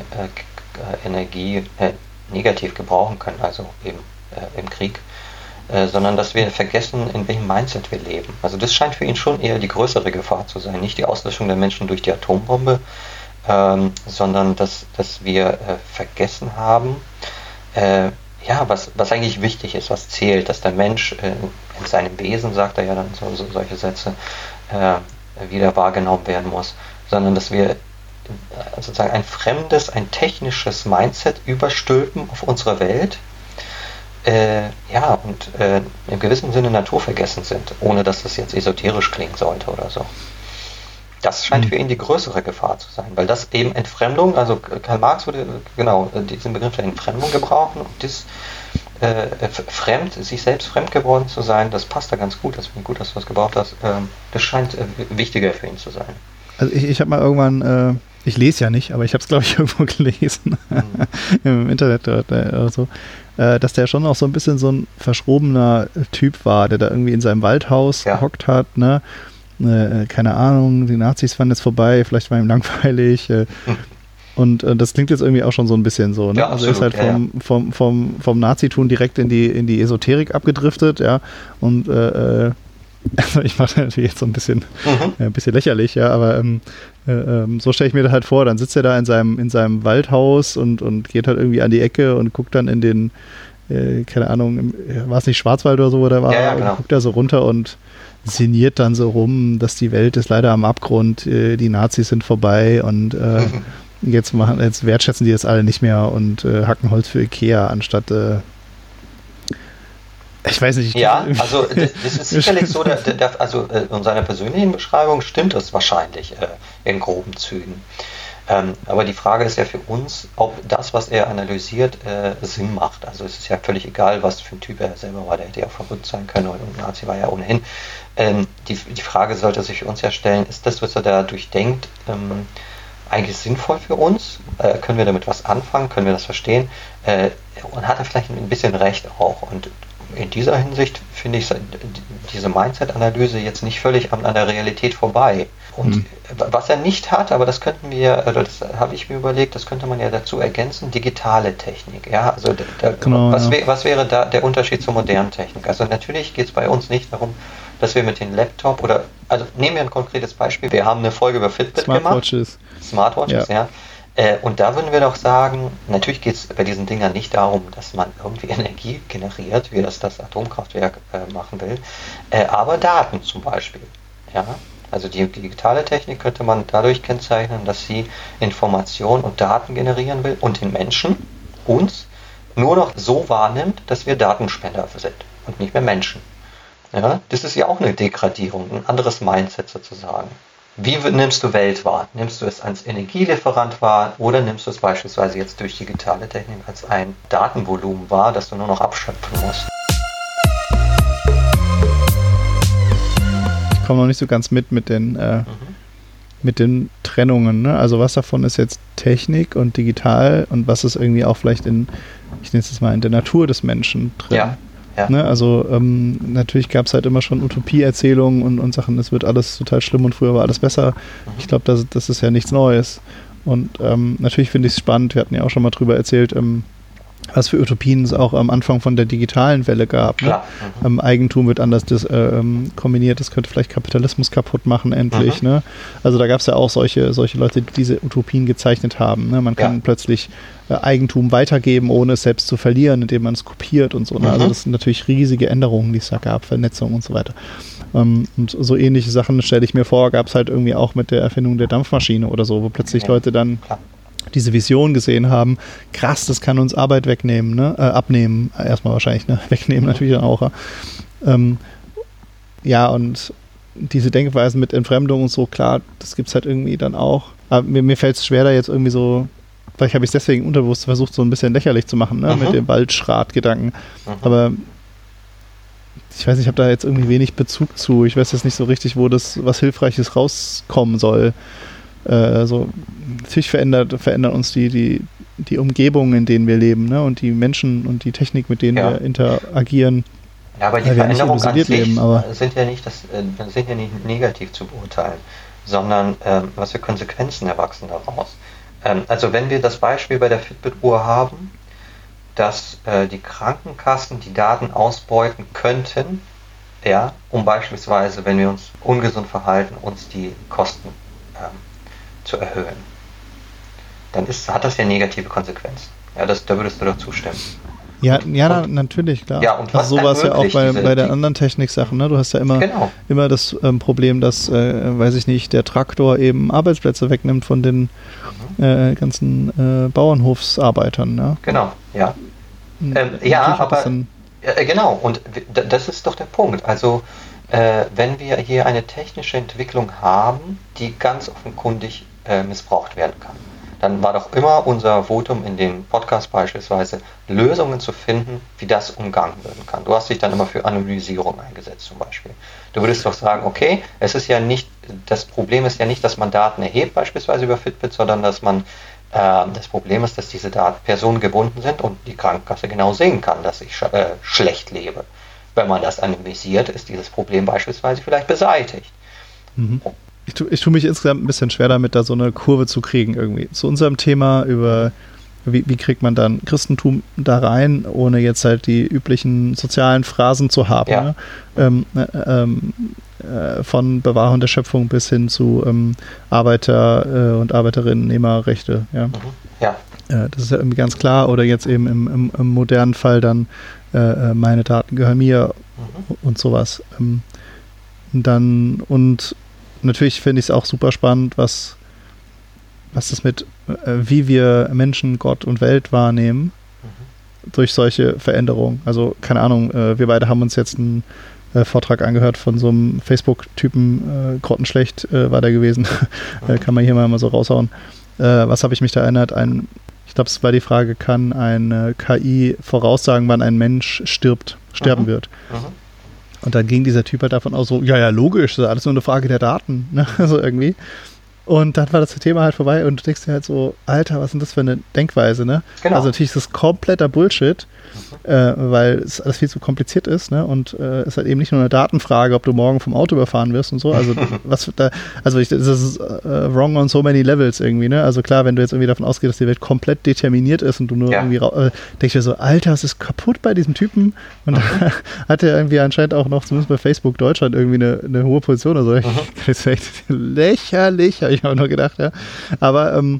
[SPEAKER 2] Atomenergie äh, negativ gebrauchen können, also eben äh, im Krieg, äh, sondern dass wir vergessen, in welchem Mindset wir leben. Also das scheint für ihn schon eher die größere Gefahr zu sein, nicht die Auslöschung der Menschen durch die Atombombe, ähm, sondern dass, dass wir äh, vergessen haben, äh, ja, was, was eigentlich wichtig ist, was zählt, dass der Mensch äh, in seinem Wesen, sagt er ja dann so, so solche Sätze, äh, wieder wahrgenommen werden muss, sondern dass wir äh, sozusagen ein fremdes, ein technisches Mindset überstülpen auf unsere Welt, äh, ja, und äh, im gewissen Sinne naturvergessen sind, ohne dass das jetzt esoterisch klingen sollte oder so. Das scheint
[SPEAKER 1] Hm.
[SPEAKER 2] für ihn die größere Gefahr zu sein, weil das eben Entfremdung, also Karl Marx würde genau diesen Begriff der Entfremdung gebrauchen und das äh, fremd, sich selbst fremd geworden zu sein, das passt da ganz gut, das finde ich gut, dass du das gebraucht hast, ähm, das scheint äh, wichtiger für ihn zu sein.
[SPEAKER 1] Also ich, ich habe mal irgendwann, äh, ich lese ja nicht, aber ich habe es glaube ich irgendwo gelesen,
[SPEAKER 2] Mhm.
[SPEAKER 1] im Internet oder, oder so, äh, dass der schon auch so ein bisschen so ein verschrobener Typ war, der da irgendwie in seinem Waldhaus
[SPEAKER 2] Ja.
[SPEAKER 1] gehockt hat, ne? Äh, keine Ahnung, die Nazis waren jetzt vorbei, vielleicht war ihm langweilig. Äh, und äh, das klingt jetzt irgendwie auch schon so ein bisschen so. Ne?
[SPEAKER 2] Ja,
[SPEAKER 1] also er ist halt
[SPEAKER 2] absolut,
[SPEAKER 1] vom, vom, vom, vom Nazitum direkt in die, in die Esoterik abgedriftet, ja. Und äh, also ich mache natürlich jetzt so ein bisschen,
[SPEAKER 2] Mhm.
[SPEAKER 1] äh, ein bisschen lächerlich, ja, aber ähm, äh, ähm, so stelle ich mir das halt vor, dann sitzt er da in seinem, in seinem Waldhaus und, und geht halt irgendwie an die Ecke und guckt dann in den, äh, keine Ahnung, war es nicht Schwarzwald oder so, wo der war,
[SPEAKER 2] Ja, ja, genau.
[SPEAKER 1] und guckt da so runter und sinniert dann so rum, dass die Welt ist leider am Abgrund, äh, die Nazis sind vorbei und äh, jetzt machen, jetzt wertschätzen die das alle nicht mehr und äh, hacken Holz für Ikea anstatt äh, ich weiß nicht. Ich
[SPEAKER 2] ja, also das, das ist sicherlich so, der, der, also äh, in seiner persönlichen Beschreibung stimmt das wahrscheinlich äh, in groben Zügen. Ähm, aber die Frage ist ja für uns, ob das, was er analysiert, äh, Sinn macht. Also es ist ja völlig egal, was für ein Typ er selber war, der hätte ja verrückt sein können und Nazi war ja ohnehin. Ähm, die, die Frage sollte sich für uns ja stellen, ist das, was er da durchdenkt, ähm, eigentlich sinnvoll für uns? Äh, können wir damit was anfangen? Können wir das verstehen? Äh, und hat er vielleicht ein bisschen recht auch? Und in dieser Hinsicht finde ich diese Mindset-Analyse jetzt nicht völlig an, an der Realität vorbei. Und mhm. was er nicht hat, aber das könnten wir, also das habe ich mir überlegt, das könnte man ja dazu ergänzen, digitale Technik. Ja, also der,
[SPEAKER 1] genau,
[SPEAKER 2] was,
[SPEAKER 1] ja.
[SPEAKER 2] wär, was wäre da der Unterschied zur modernen Technik? Also natürlich geht es bei uns nicht darum, dass wir mit dem Laptop oder, also nehmen wir ein konkretes Beispiel, wir haben eine Folge über Fitbit
[SPEAKER 1] Smartwatches.
[SPEAKER 2] gemacht. Smartwatches, ja. ja. Äh, und da würden wir doch sagen, natürlich geht es bei diesen Dingern nicht darum, dass man irgendwie Energie generiert, wie das das Atomkraftwerk äh, machen will, äh, aber Daten zum Beispiel. Ja? Also die digitale Technik könnte man dadurch kennzeichnen, dass sie Informationen und Daten generieren will und den Menschen, uns, nur noch so wahrnimmt, dass wir Datenspender sind und nicht mehr Menschen. Ja? Das ist ja auch eine Degradierung, ein anderes Mindset sozusagen. Wie nimmst du Welt wahr? Nimmst du es als Energielieferant wahr oder nimmst du es beispielsweise jetzt durch digitale Technik als ein Datenvolumen wahr, das du nur noch abschöpfen musst?
[SPEAKER 1] Ich komme noch nicht so ganz mit mit den, äh, mhm. mit den Trennungen. Ne? Also was davon ist jetzt Technik und digital und was ist irgendwie auch vielleicht in, ich nenne es jetzt mal, in der Natur des Menschen drin.
[SPEAKER 2] Ja. Ja.
[SPEAKER 1] Ne, also ähm, natürlich gab es halt immer schon Utopie-Erzählungen und, und Sachen, es wird alles total schlimm und früher war alles besser. Mhm. Ich glaube, das, das ist ja nichts Neues. Und ähm, natürlich finde ich es spannend, wir hatten ja auch schon mal drüber erzählt, ähm, was für Utopien es auch am Anfang von der digitalen Welle gab. Ne? Mhm. Ähm, Eigentum wird anders das, äh, ähm, kombiniert, das könnte vielleicht Kapitalismus kaputt machen endlich. Mhm. Ne? Also da gab es ja auch solche, solche Leute, die diese Utopien gezeichnet haben. Ne? Man kann ja. plötzlich äh, Eigentum weitergeben, ohne es selbst zu verlieren, indem man es kopiert und so. Ne? Mhm. Also das sind natürlich riesige Änderungen, die es da gab, Vernetzung und so weiter. Ähm, und so ähnliche Sachen, stelle ich mir vor, gab es halt irgendwie auch mit der Erfindung der Dampfmaschine oder so, wo plötzlich ja. Leute dann Klar. diese Vision gesehen haben, krass, das kann uns Arbeit wegnehmen, ne? äh, abnehmen, erstmal wahrscheinlich, ne? wegnehmen mhm. natürlich dann auch. Ja. Ähm, ja, und diese Denkweisen mit Entfremdung und so, klar, das gibt es halt irgendwie dann auch. Aber mir, mir fällt es schwer, da jetzt irgendwie so, vielleicht habe ich es deswegen unterbewusst versucht, so ein bisschen lächerlich zu machen, ne? Mhm. mit dem Waldschrat-Gedanken. Mhm. Aber ich weiß nicht, ich habe da jetzt irgendwie wenig Bezug zu. Ich weiß jetzt nicht so richtig, wo das was Hilfreiches rauskommen soll. Also natürlich verändert, verändern uns die, die, die Umgebungen, in denen wir leben, ne? Und die Menschen und die Technik, mit denen ja. wir interagieren.
[SPEAKER 2] Ja, aber die Veränderungen an sich leben, aber sind ja nicht das, äh, sind ja nicht negativ zu beurteilen, sondern ähm, was für Konsequenzen erwachsen daraus. Ähm, also wenn wir das Beispiel bei der Fitbit-Uhr haben, dass äh, die Krankenkassen die Daten ausbeuten könnten, ja, um beispielsweise, wenn wir uns ungesund verhalten, uns die Kosten ähm, zu erhöhen, dann ist, hat das ja negative Konsequenzen. Ja, das, da würdest du doch zustimmen.
[SPEAKER 1] Ja, ja und, natürlich, klar.
[SPEAKER 2] Ja, und
[SPEAKER 1] also so war es ja auch bei, diese, bei den anderen Techniksachen. Ne? Du hast ja immer,
[SPEAKER 2] genau.
[SPEAKER 1] immer das ähm, Problem, dass, äh, weiß ich nicht, der Traktor eben Arbeitsplätze wegnimmt von den mhm. äh, ganzen äh, Bauernhofsarbeitern. Ne?
[SPEAKER 2] Genau, ja. Ähm, ja, aber äh, genau, und w- das ist doch der Punkt. Also äh, wenn wir hier eine technische Entwicklung haben, die ganz offenkundig äh, missbraucht werden kann, dann war doch immer unser Votum in dem Podcast beispielsweise, Lösungen zu finden, wie das umgangen werden kann. Du hast dich dann immer für Anonymisierung eingesetzt zum Beispiel. Du würdest doch sagen, okay, es ist ja nicht, das Problem ist ja nicht, dass man Daten erhebt beispielsweise über Fitbit, sondern dass man, äh, das Problem ist, dass diese Daten personengebunden sind und die Krankenkasse genau sehen kann, dass ich sch- äh, schlecht lebe. Wenn man das anonymisiert, ist dieses Problem beispielsweise vielleicht beseitigt.
[SPEAKER 1] Mhm. Ich tue, ich tue mich insgesamt ein bisschen schwer damit, da so eine Kurve zu kriegen irgendwie. Zu unserem Thema über, wie, wie kriegt man dann Christentum da rein, ohne jetzt halt die üblichen sozialen Phrasen zu haben.
[SPEAKER 2] Ja.
[SPEAKER 1] Ne? Ähm, ähm, äh, von Bewahrung der Schöpfung bis hin zu ähm, Arbeiter- äh, und Arbeiterinnennehmerrechte. Ja.
[SPEAKER 2] Mhm. Ja.
[SPEAKER 1] Äh, das ist ja irgendwie ganz klar. Oder jetzt eben im, im, im modernen Fall dann äh, meine Daten gehören mir mhm. und sowas. Ähm, dann, und natürlich finde ich es auch super spannend, was, was das mit, äh, wie wir Menschen, Gott und Welt wahrnehmen mhm. durch solche Veränderungen. Also, keine Ahnung, äh, wir beide haben uns jetzt einen äh, Vortrag angehört von so einem Facebook-Typen, äh, grottenschlecht äh, war der gewesen. äh, kann man hier mal, mal so raushauen. Äh, was habe ich mich da erinnert? Ein, ich glaube, es war die Frage, kann eine K I voraussagen, wann ein Mensch stirbt, sterben mhm. wird? Mhm. Und dann ging dieser Typ halt davon aus, so, ja, ja, logisch, das ist alles nur eine Frage der Daten, ne? Also irgendwie. Und dann war das Thema halt vorbei und du denkst dir halt so, Alter, was ist denn das für eine Denkweise, ne? Genau. Also natürlich ist das kompletter Bullshit, mhm. äh, weil es alles viel zu kompliziert ist, ne? Und es äh, ist halt eben nicht nur eine Datenfrage, ob du morgen vom Auto überfahren wirst und so. Also was da, also ich, das ist uh, wrong on so many levels irgendwie, ne? Also klar, wenn du jetzt irgendwie davon ausgehst, dass die Welt komplett determiniert ist und du nur ja. irgendwie äh, denkst dir so, Alter, was ist kaputt bei diesem Typen? Und mhm. da hat er irgendwie anscheinend auch noch, zumindest bei Facebook Deutschland, irgendwie eine, eine hohe Position oder so. Mhm. Das ist echt lächerlich, habe ich auch nur gedacht, ja. Aber ähm,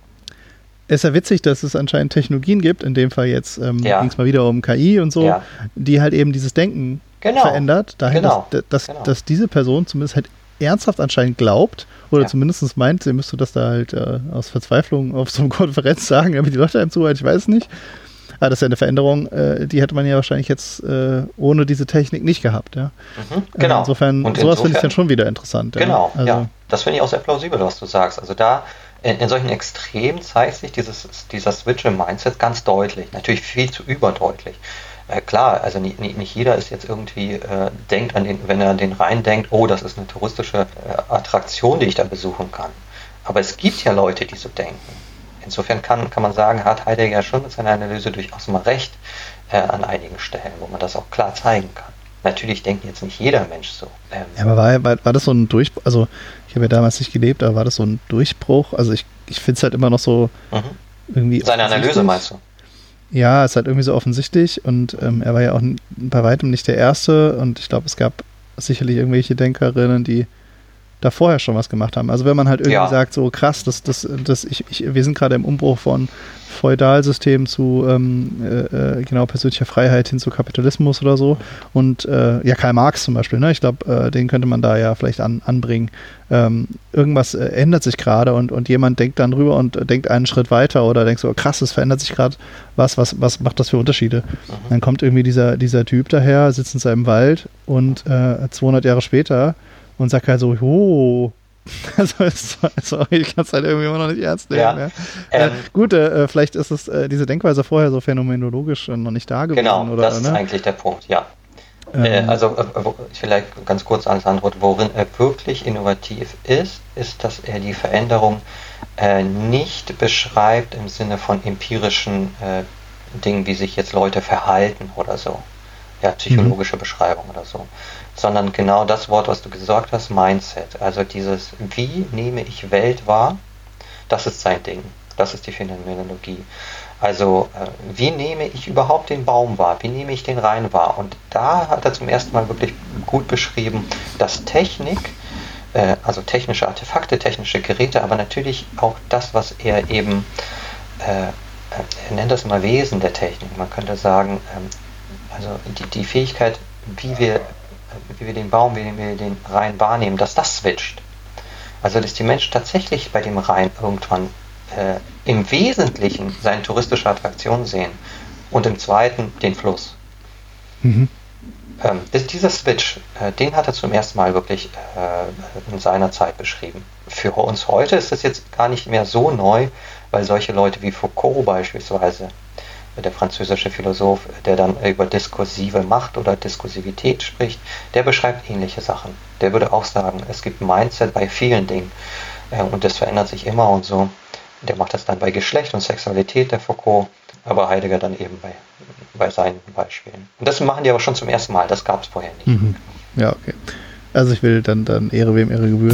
[SPEAKER 1] es ist ja witzig, dass es anscheinend Technologien gibt, in dem Fall jetzt ähm, ja. ging es mal wieder um K I und so, ja. die halt eben dieses Denken genau. verändert, dahin, genau. dass, dass, genau. dass diese Person zumindest halt ernsthaft anscheinend glaubt oder ja. zumindest meint, sie müsste das da halt äh, aus Verzweiflung auf so einer Konferenz sagen, damit die Leute einem zuhören, ich weiß es nicht. Aber das ist ja eine Veränderung, äh, die hätte man ja wahrscheinlich jetzt äh, ohne diese Technik nicht gehabt. Ja?
[SPEAKER 2] Mhm, genau.
[SPEAKER 1] Äh, insofern, und sowas finde ich dann schon wieder interessant.
[SPEAKER 2] Genau,
[SPEAKER 1] ja. Also,
[SPEAKER 2] ja. Das finde ich auch sehr plausibel, was du sagst. Also da in, in solchen Extremen zeigt sich dieses, dieser Switch im Mindset ganz deutlich. Natürlich viel zu überdeutlich. Äh, klar, also nicht, nicht jeder ist jetzt irgendwie, äh, denkt an den, wenn er an den Rhein denkt, oh, das ist eine touristische äh, Attraktion, die ich da besuchen kann. Aber es gibt ja Leute, die so denken. Insofern kann, kann man sagen, hat Heidegger ja schon mit seiner Analyse durchaus mal recht äh, an einigen Stellen, wo man das auch klar zeigen kann. Natürlich denkt jetzt nicht jeder Mensch so. Ähm,
[SPEAKER 1] ja, aber war, war, war das so ein Durchbruch? Also ich habe ja damals nicht gelebt, aber war das so ein Durchbruch? Also ich, ich finde es halt immer noch so mhm. irgendwie
[SPEAKER 2] seine Analyse meinst du?
[SPEAKER 1] Ja, es ist halt irgendwie so offensichtlich und ähm, er war ja auch bei weitem nicht der Erste und ich glaube, es gab sicherlich irgendwelche Denkerinnen, die da vorher schon was gemacht haben. Also wenn man halt irgendwie ja. sagt, so krass, das, das, das, ich, ich, wir sind gerade im Umbruch von Feudalsystem zu ähm, äh, genau persönlicher Freiheit hin zu Kapitalismus oder so. Und äh, ja, Karl Marx zum Beispiel, ne? Ich glaube, äh, den könnte man da ja vielleicht an, anbringen. Ähm, irgendwas äh, ändert sich gerade und, und jemand denkt dann drüber und äh, denkt einen Schritt weiter oder denkt so, krass, es verändert sich gerade was, was, was macht das für Unterschiede? Mhm. Dann kommt irgendwie dieser, dieser Typ daher, sitzt in seinem Wald und äh, zweihundert Jahre später und sagt halt so, oh, also sorry, ich kann es halt irgendwie immer noch nicht ernst nehmen. Ja. Ja. Ähm, äh, gut, äh, vielleicht ist es äh, diese Denkweise vorher so phänomenologisch äh, noch nicht da gewesen.
[SPEAKER 2] Genau,
[SPEAKER 1] oder,
[SPEAKER 2] das ist
[SPEAKER 1] ne?
[SPEAKER 2] eigentlich der Punkt, ja. Ähm, äh, also äh, vielleicht ganz kurz als Antwort, worin er wirklich innovativ ist, ist, dass er die Veränderung äh, nicht beschreibt im Sinne von empirischen äh, Dingen, wie sich jetzt Leute verhalten oder so. Ja, psychologische mhm. Beschreibung oder so. Sondern genau das Wort, was du gesagt hast, Mindset. Also dieses, wie nehme ich Welt wahr, das ist sein Ding. Das ist die Phänomenologie. Also, äh, wie nehme ich überhaupt den Baum wahr? Wie nehme ich den Rhein wahr? Und da hat er zum ersten Mal wirklich gut beschrieben, dass Technik, äh, also technische Artefakte, technische Geräte, aber natürlich auch das, was er eben, äh, er nennt das immer Wesen der Technik. Man könnte sagen, ähm, also die, die Fähigkeit, wie wir wie wir den Baum, wie wir den Rhein wahrnehmen, dass das switcht. Also dass die Menschen tatsächlich bei dem Rhein irgendwann äh, im Wesentlichen seine touristische Attraktion sehen und im zweiten den Fluss. Mhm. Ähm, das, dieser Switch, äh, den hat er zum ersten Mal wirklich äh, in seiner Zeit beschrieben. Für uns heute ist das jetzt gar nicht mehr so neu, weil solche Leute wie Foucault beispielsweise, der französische Philosoph, der dann über diskursive Macht oder Diskursivität spricht, der beschreibt ähnliche Sachen. Der würde auch sagen, es gibt Mindset bei vielen Dingen äh, und das verändert sich immer und so. Der macht das dann bei Geschlecht und Sexualität, der Foucault, aber Heidegger dann eben bei, bei seinen Beispielen. Und das machen die aber schon zum ersten Mal, das gab es vorher nicht.
[SPEAKER 1] Mhm. Ja, okay. Also ich will dann, dann Ehre wem Ehre gebührt.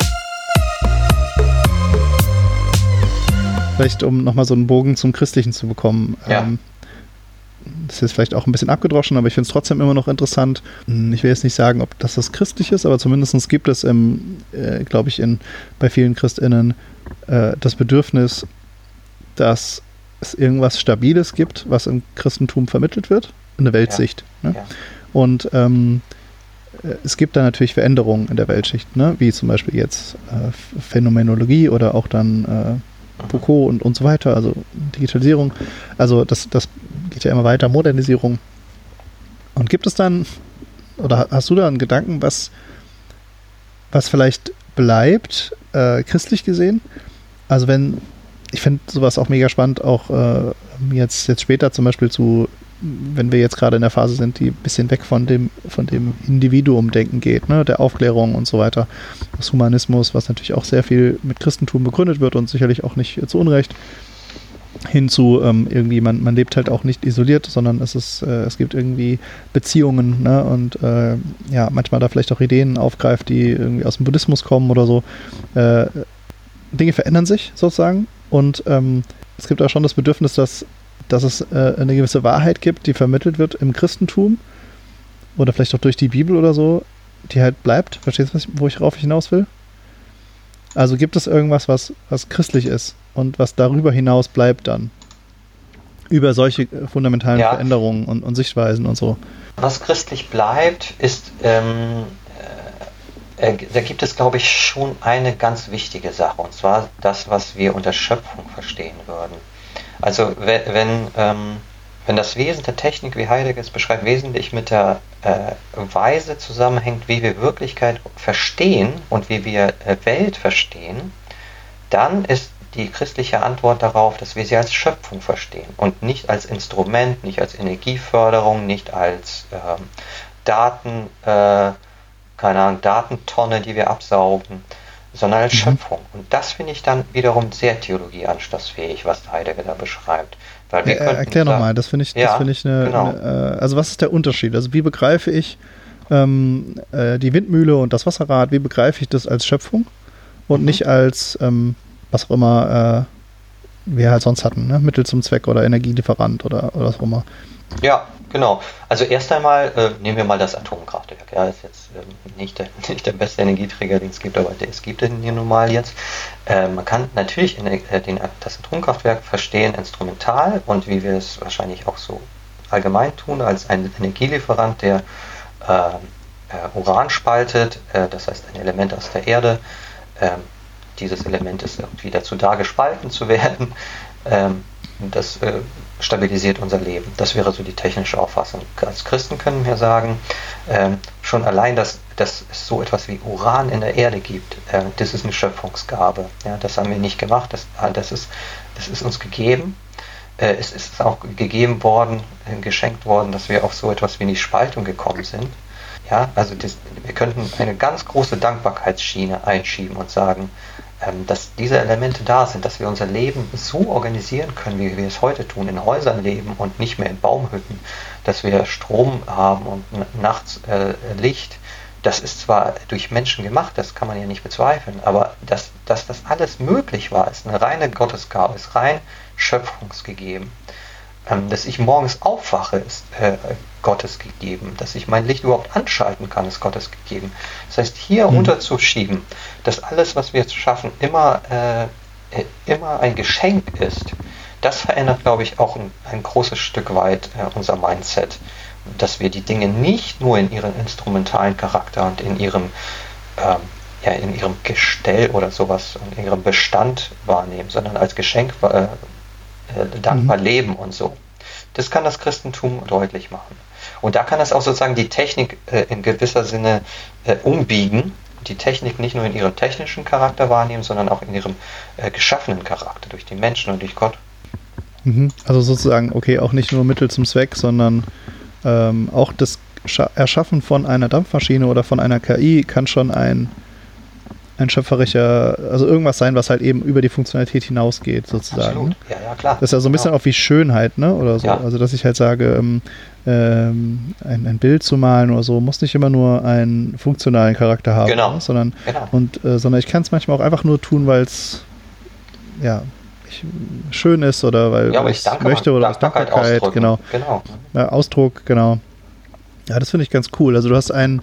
[SPEAKER 1] Vielleicht, um nochmal so einen Bogen zum Christlichen zu bekommen.
[SPEAKER 2] Ja.
[SPEAKER 1] Ähm, das ist vielleicht auch ein bisschen abgedroschen, aber ich finde es trotzdem immer noch interessant. Ich will jetzt nicht sagen, ob das das Christliche ist, aber zumindest gibt es, im, äh, glaube ich, in, bei vielen ChristInnen äh, das Bedürfnis, dass es irgendwas Stabiles gibt, was im Christentum vermittelt wird. Eine Weltsicht.
[SPEAKER 2] Ja.
[SPEAKER 1] Ne?
[SPEAKER 2] Ja.
[SPEAKER 1] Und ähm, es gibt da natürlich Veränderungen in der Weltschicht, ne? Wie zum Beispiel jetzt äh, Phänomenologie oder auch dann äh, Foucault und, und so weiter, also Digitalisierung. Also das, das geht ja immer weiter, Modernisierung. Und gibt es dann, oder hast du da einen Gedanken, was, was vielleicht bleibt, äh, christlich gesehen? Also wenn, ich finde sowas auch mega spannend, auch äh, jetzt, jetzt später zum Beispiel zu, wenn wir jetzt gerade in der Phase sind, die ein bisschen weg von dem, von dem Individuum-Denken geht, ne, der Aufklärung und so weiter, des Humanismus, was natürlich auch sehr viel mit Christentum begründet wird und sicherlich auch nicht zu Unrecht, hinzu ähm, irgendwie, man, man lebt halt auch nicht isoliert, sondern es ist, äh, es gibt irgendwie Beziehungen, ne, und äh, ja, manchmal da vielleicht auch Ideen aufgreift, die irgendwie aus dem Buddhismus kommen oder so. Äh, Dinge verändern sich sozusagen und ähm, es gibt auch schon das Bedürfnis, dass dass es äh, eine gewisse Wahrheit gibt, die vermittelt wird im Christentum oder vielleicht auch durch die Bibel oder so, die halt bleibt. Verstehst du, wo ich rauf hinaus will? Also gibt es irgendwas, was, was christlich ist und was darüber hinaus bleibt dann? Über solche fundamentalen ja. Veränderungen und, und Sichtweisen und so.
[SPEAKER 2] Was christlich bleibt, ist, ähm, äh, da gibt es, glaube ich, schon eine ganz wichtige Sache, und zwar das, was wir unter Schöpfung verstehen würden. Also wenn, wenn, ähm, wenn das Wesen der Technik, wie Heidegger es beschreibt, wesentlich mit der äh, Weise zusammenhängt, wie wir Wirklichkeit verstehen und wie wir äh, Welt verstehen, dann ist die christliche Antwort darauf, dass wir sie als Schöpfung verstehen und nicht als Instrument, nicht als Energieförderung, nicht als ähm, Daten, äh, keine Ahnung, Datentonne, die wir absaugen, sondern als mhm. Schöpfung. Und das finde ich dann wiederum sehr theologieanschlussfähig, was Heidegger da beschreibt. Weil wir
[SPEAKER 1] äh, erklär nochmal, das finde ich, das ja, find ich eine, genau. eine äh, also was ist der Unterschied? Also wie begreife ich ähm, äh, die Windmühle und das Wasserrad, wie begreife ich das als Schöpfung und mhm. nicht als, ähm, was auch immer äh, wir halt sonst hatten, ne? Mittel zum Zweck oder Energielieferant oder, oder was auch immer.
[SPEAKER 2] Ja, genau. Also erst einmal äh, nehmen wir mal das Atomkraftwerk. Ja, ist jetzt ähm, nicht, der, nicht der beste Energieträger, den es gibt, aber es gibt den hier nun mal jetzt. Äh, man kann natürlich in, äh, den, das Atomkraftwerk verstehen instrumental und wie wir es wahrscheinlich auch so allgemein tun, als ein Energielieferant, der äh, äh, Uran spaltet, äh, das heißt ein Element aus der Erde. Äh, dieses Element ist irgendwie dazu da, gespalten zu werden. Ähm, Das äh, stabilisiert unser Leben. Das wäre so die technische Auffassung. Als Christen können wir sagen, ähm, schon allein, dass, dass es so etwas wie Uran in der Erde gibt, äh, das ist eine Schöpfungsgabe. Ja, das haben wir nicht gemacht, das, das, ist, das ist uns gegeben. Äh, es ist auch gegeben worden, äh, geschenkt worden, dass wir auf so etwas wie die Spaltung gekommen sind. Ja, also das, wir könnten eine ganz große Dankbarkeitsschiene einschieben und sagen, dass diese Elemente da sind, dass wir unser Leben so organisieren können, wie wir es heute tun, in Häusern leben und nicht mehr in Baumhütten, dass wir Strom haben und nachts äh, Licht. Das ist zwar durch Menschen gemacht, das kann man ja nicht bezweifeln, aber dass, dass das alles möglich war, ist eine reine Gottesgabe, ist rein schöpfungsgegeben. Ähm, dass ich morgens aufwache, ist äh, Gottes gegeben. Dass ich mein Licht überhaupt anschalten kann, ist Gottes gegeben. Das heißt, hier mhm. runterzuschieben, dass alles, was wir jetzt schaffen, immer, äh, immer ein Geschenk ist, das verändert, glaube ich, auch ein, ein großes Stück weit äh, unser Mindset. Dass wir die Dinge nicht nur in ihrem instrumentalen Charakter und in ihrem, ähm, ja, in ihrem Gestell oder sowas, in ihrem Bestand wahrnehmen, sondern als Geschenk äh, dankbar mhm. leben und so. Das kann das Christentum deutlich machen. Und da kann es auch sozusagen die Technik äh, in gewisser Sinne äh, umbiegen, die Technik nicht nur in ihrem technischen Charakter wahrnehmen, sondern auch in ihrem äh, geschaffenen Charakter, durch die Menschen und durch Gott.
[SPEAKER 1] Mhm. Also sozusagen, okay, auch nicht nur Mittel zum Zweck, sondern ähm, auch das Scha- Erschaffen von einer Dampfmaschine oder von einer K I kann schon ein ein schöpferischer, also irgendwas sein, was halt eben über die Funktionalität hinausgeht, sozusagen.
[SPEAKER 2] Absolut. Ja, ja, klar.
[SPEAKER 1] Das ist ja so ein bisschen
[SPEAKER 2] genau.
[SPEAKER 1] auch wie Schönheit, ne, oder so. Ja. Also, dass ich halt sage, ähm, ähm, ein, ein Bild zu malen oder so, muss nicht immer nur einen funktionalen Charakter haben,
[SPEAKER 2] genau.
[SPEAKER 1] ne, sondern,
[SPEAKER 2] genau.
[SPEAKER 1] und, äh, sondern ich kann es manchmal auch einfach nur tun, weil es, ja, ich, schön ist oder weil
[SPEAKER 2] ja,
[SPEAKER 1] ich es möchte oder aus Dankbarkeit, genau.
[SPEAKER 2] Genau.
[SPEAKER 1] Ja, Ausdruck, genau. Ja, das finde ich ganz cool. Also, du hast einen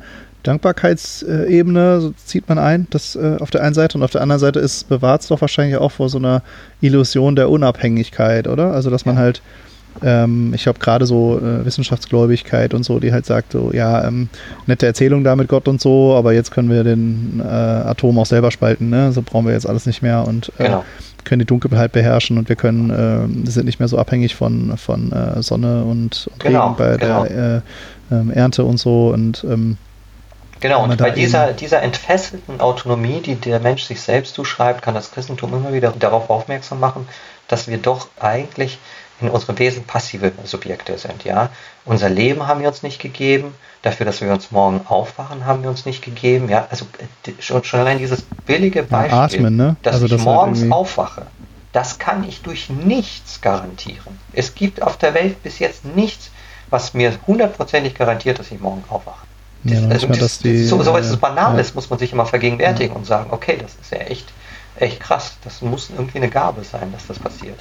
[SPEAKER 1] Dankbarkeitsebene, so zieht man ein, das äh, auf der einen Seite, und auf der anderen Seite ist bewahrt es doch wahrscheinlich auch vor so einer Illusion der Unabhängigkeit, oder? Also, dass man
[SPEAKER 2] ja.
[SPEAKER 1] halt ähm, ich glaube gerade so äh, Wissenschaftsgläubigkeit und so, die halt sagt so, ja, ähm, nette Erzählung da mit Gott und so, aber jetzt können wir den äh, Atom auch selber spalten, ne? So brauchen wir jetzt alles nicht mehr und äh,
[SPEAKER 2] Genau.
[SPEAKER 1] können die Dunkelheit beherrschen und wir können äh, sind nicht mehr so abhängig von, von äh, Sonne und, und
[SPEAKER 2] Genau,
[SPEAKER 1] Regen bei
[SPEAKER 2] genau.
[SPEAKER 1] der äh, ähm, Ernte und so und ähm,
[SPEAKER 2] Genau,
[SPEAKER 1] Wenn man
[SPEAKER 2] und bei
[SPEAKER 1] da
[SPEAKER 2] dieser,
[SPEAKER 1] eben-
[SPEAKER 2] dieser entfesselten Autonomie, die der Mensch sich selbst zuschreibt, kann das Christentum immer wieder darauf aufmerksam machen, dass wir doch eigentlich in unserem Wesen passive Subjekte sind. Ja? Unser Leben haben wir uns nicht gegeben, dafür, dass wir uns morgen aufwachen, haben wir uns nicht gegeben. Ja? Also äh, schon, schon allein dieses billige Beispiel,
[SPEAKER 1] atmen, ne?
[SPEAKER 2] dass
[SPEAKER 1] Also
[SPEAKER 2] ich
[SPEAKER 1] das halt
[SPEAKER 2] morgens
[SPEAKER 1] irgendwie-
[SPEAKER 2] aufwache, das kann ich durch nichts garantieren. Es gibt auf der Welt bis jetzt nichts, was mir hundertprozentig garantiert, dass ich morgen aufwache.
[SPEAKER 1] ja,
[SPEAKER 2] Das, also
[SPEAKER 1] manchmal,
[SPEAKER 2] das,
[SPEAKER 1] dass die,
[SPEAKER 2] so, so etwas
[SPEAKER 1] äh,
[SPEAKER 2] Banales
[SPEAKER 1] ja.
[SPEAKER 2] muss man sich immer vergegenwärtigen und sagen, okay, das ist ja echt, echt krass. Das muss irgendwie eine Gabe sein, dass das passiert.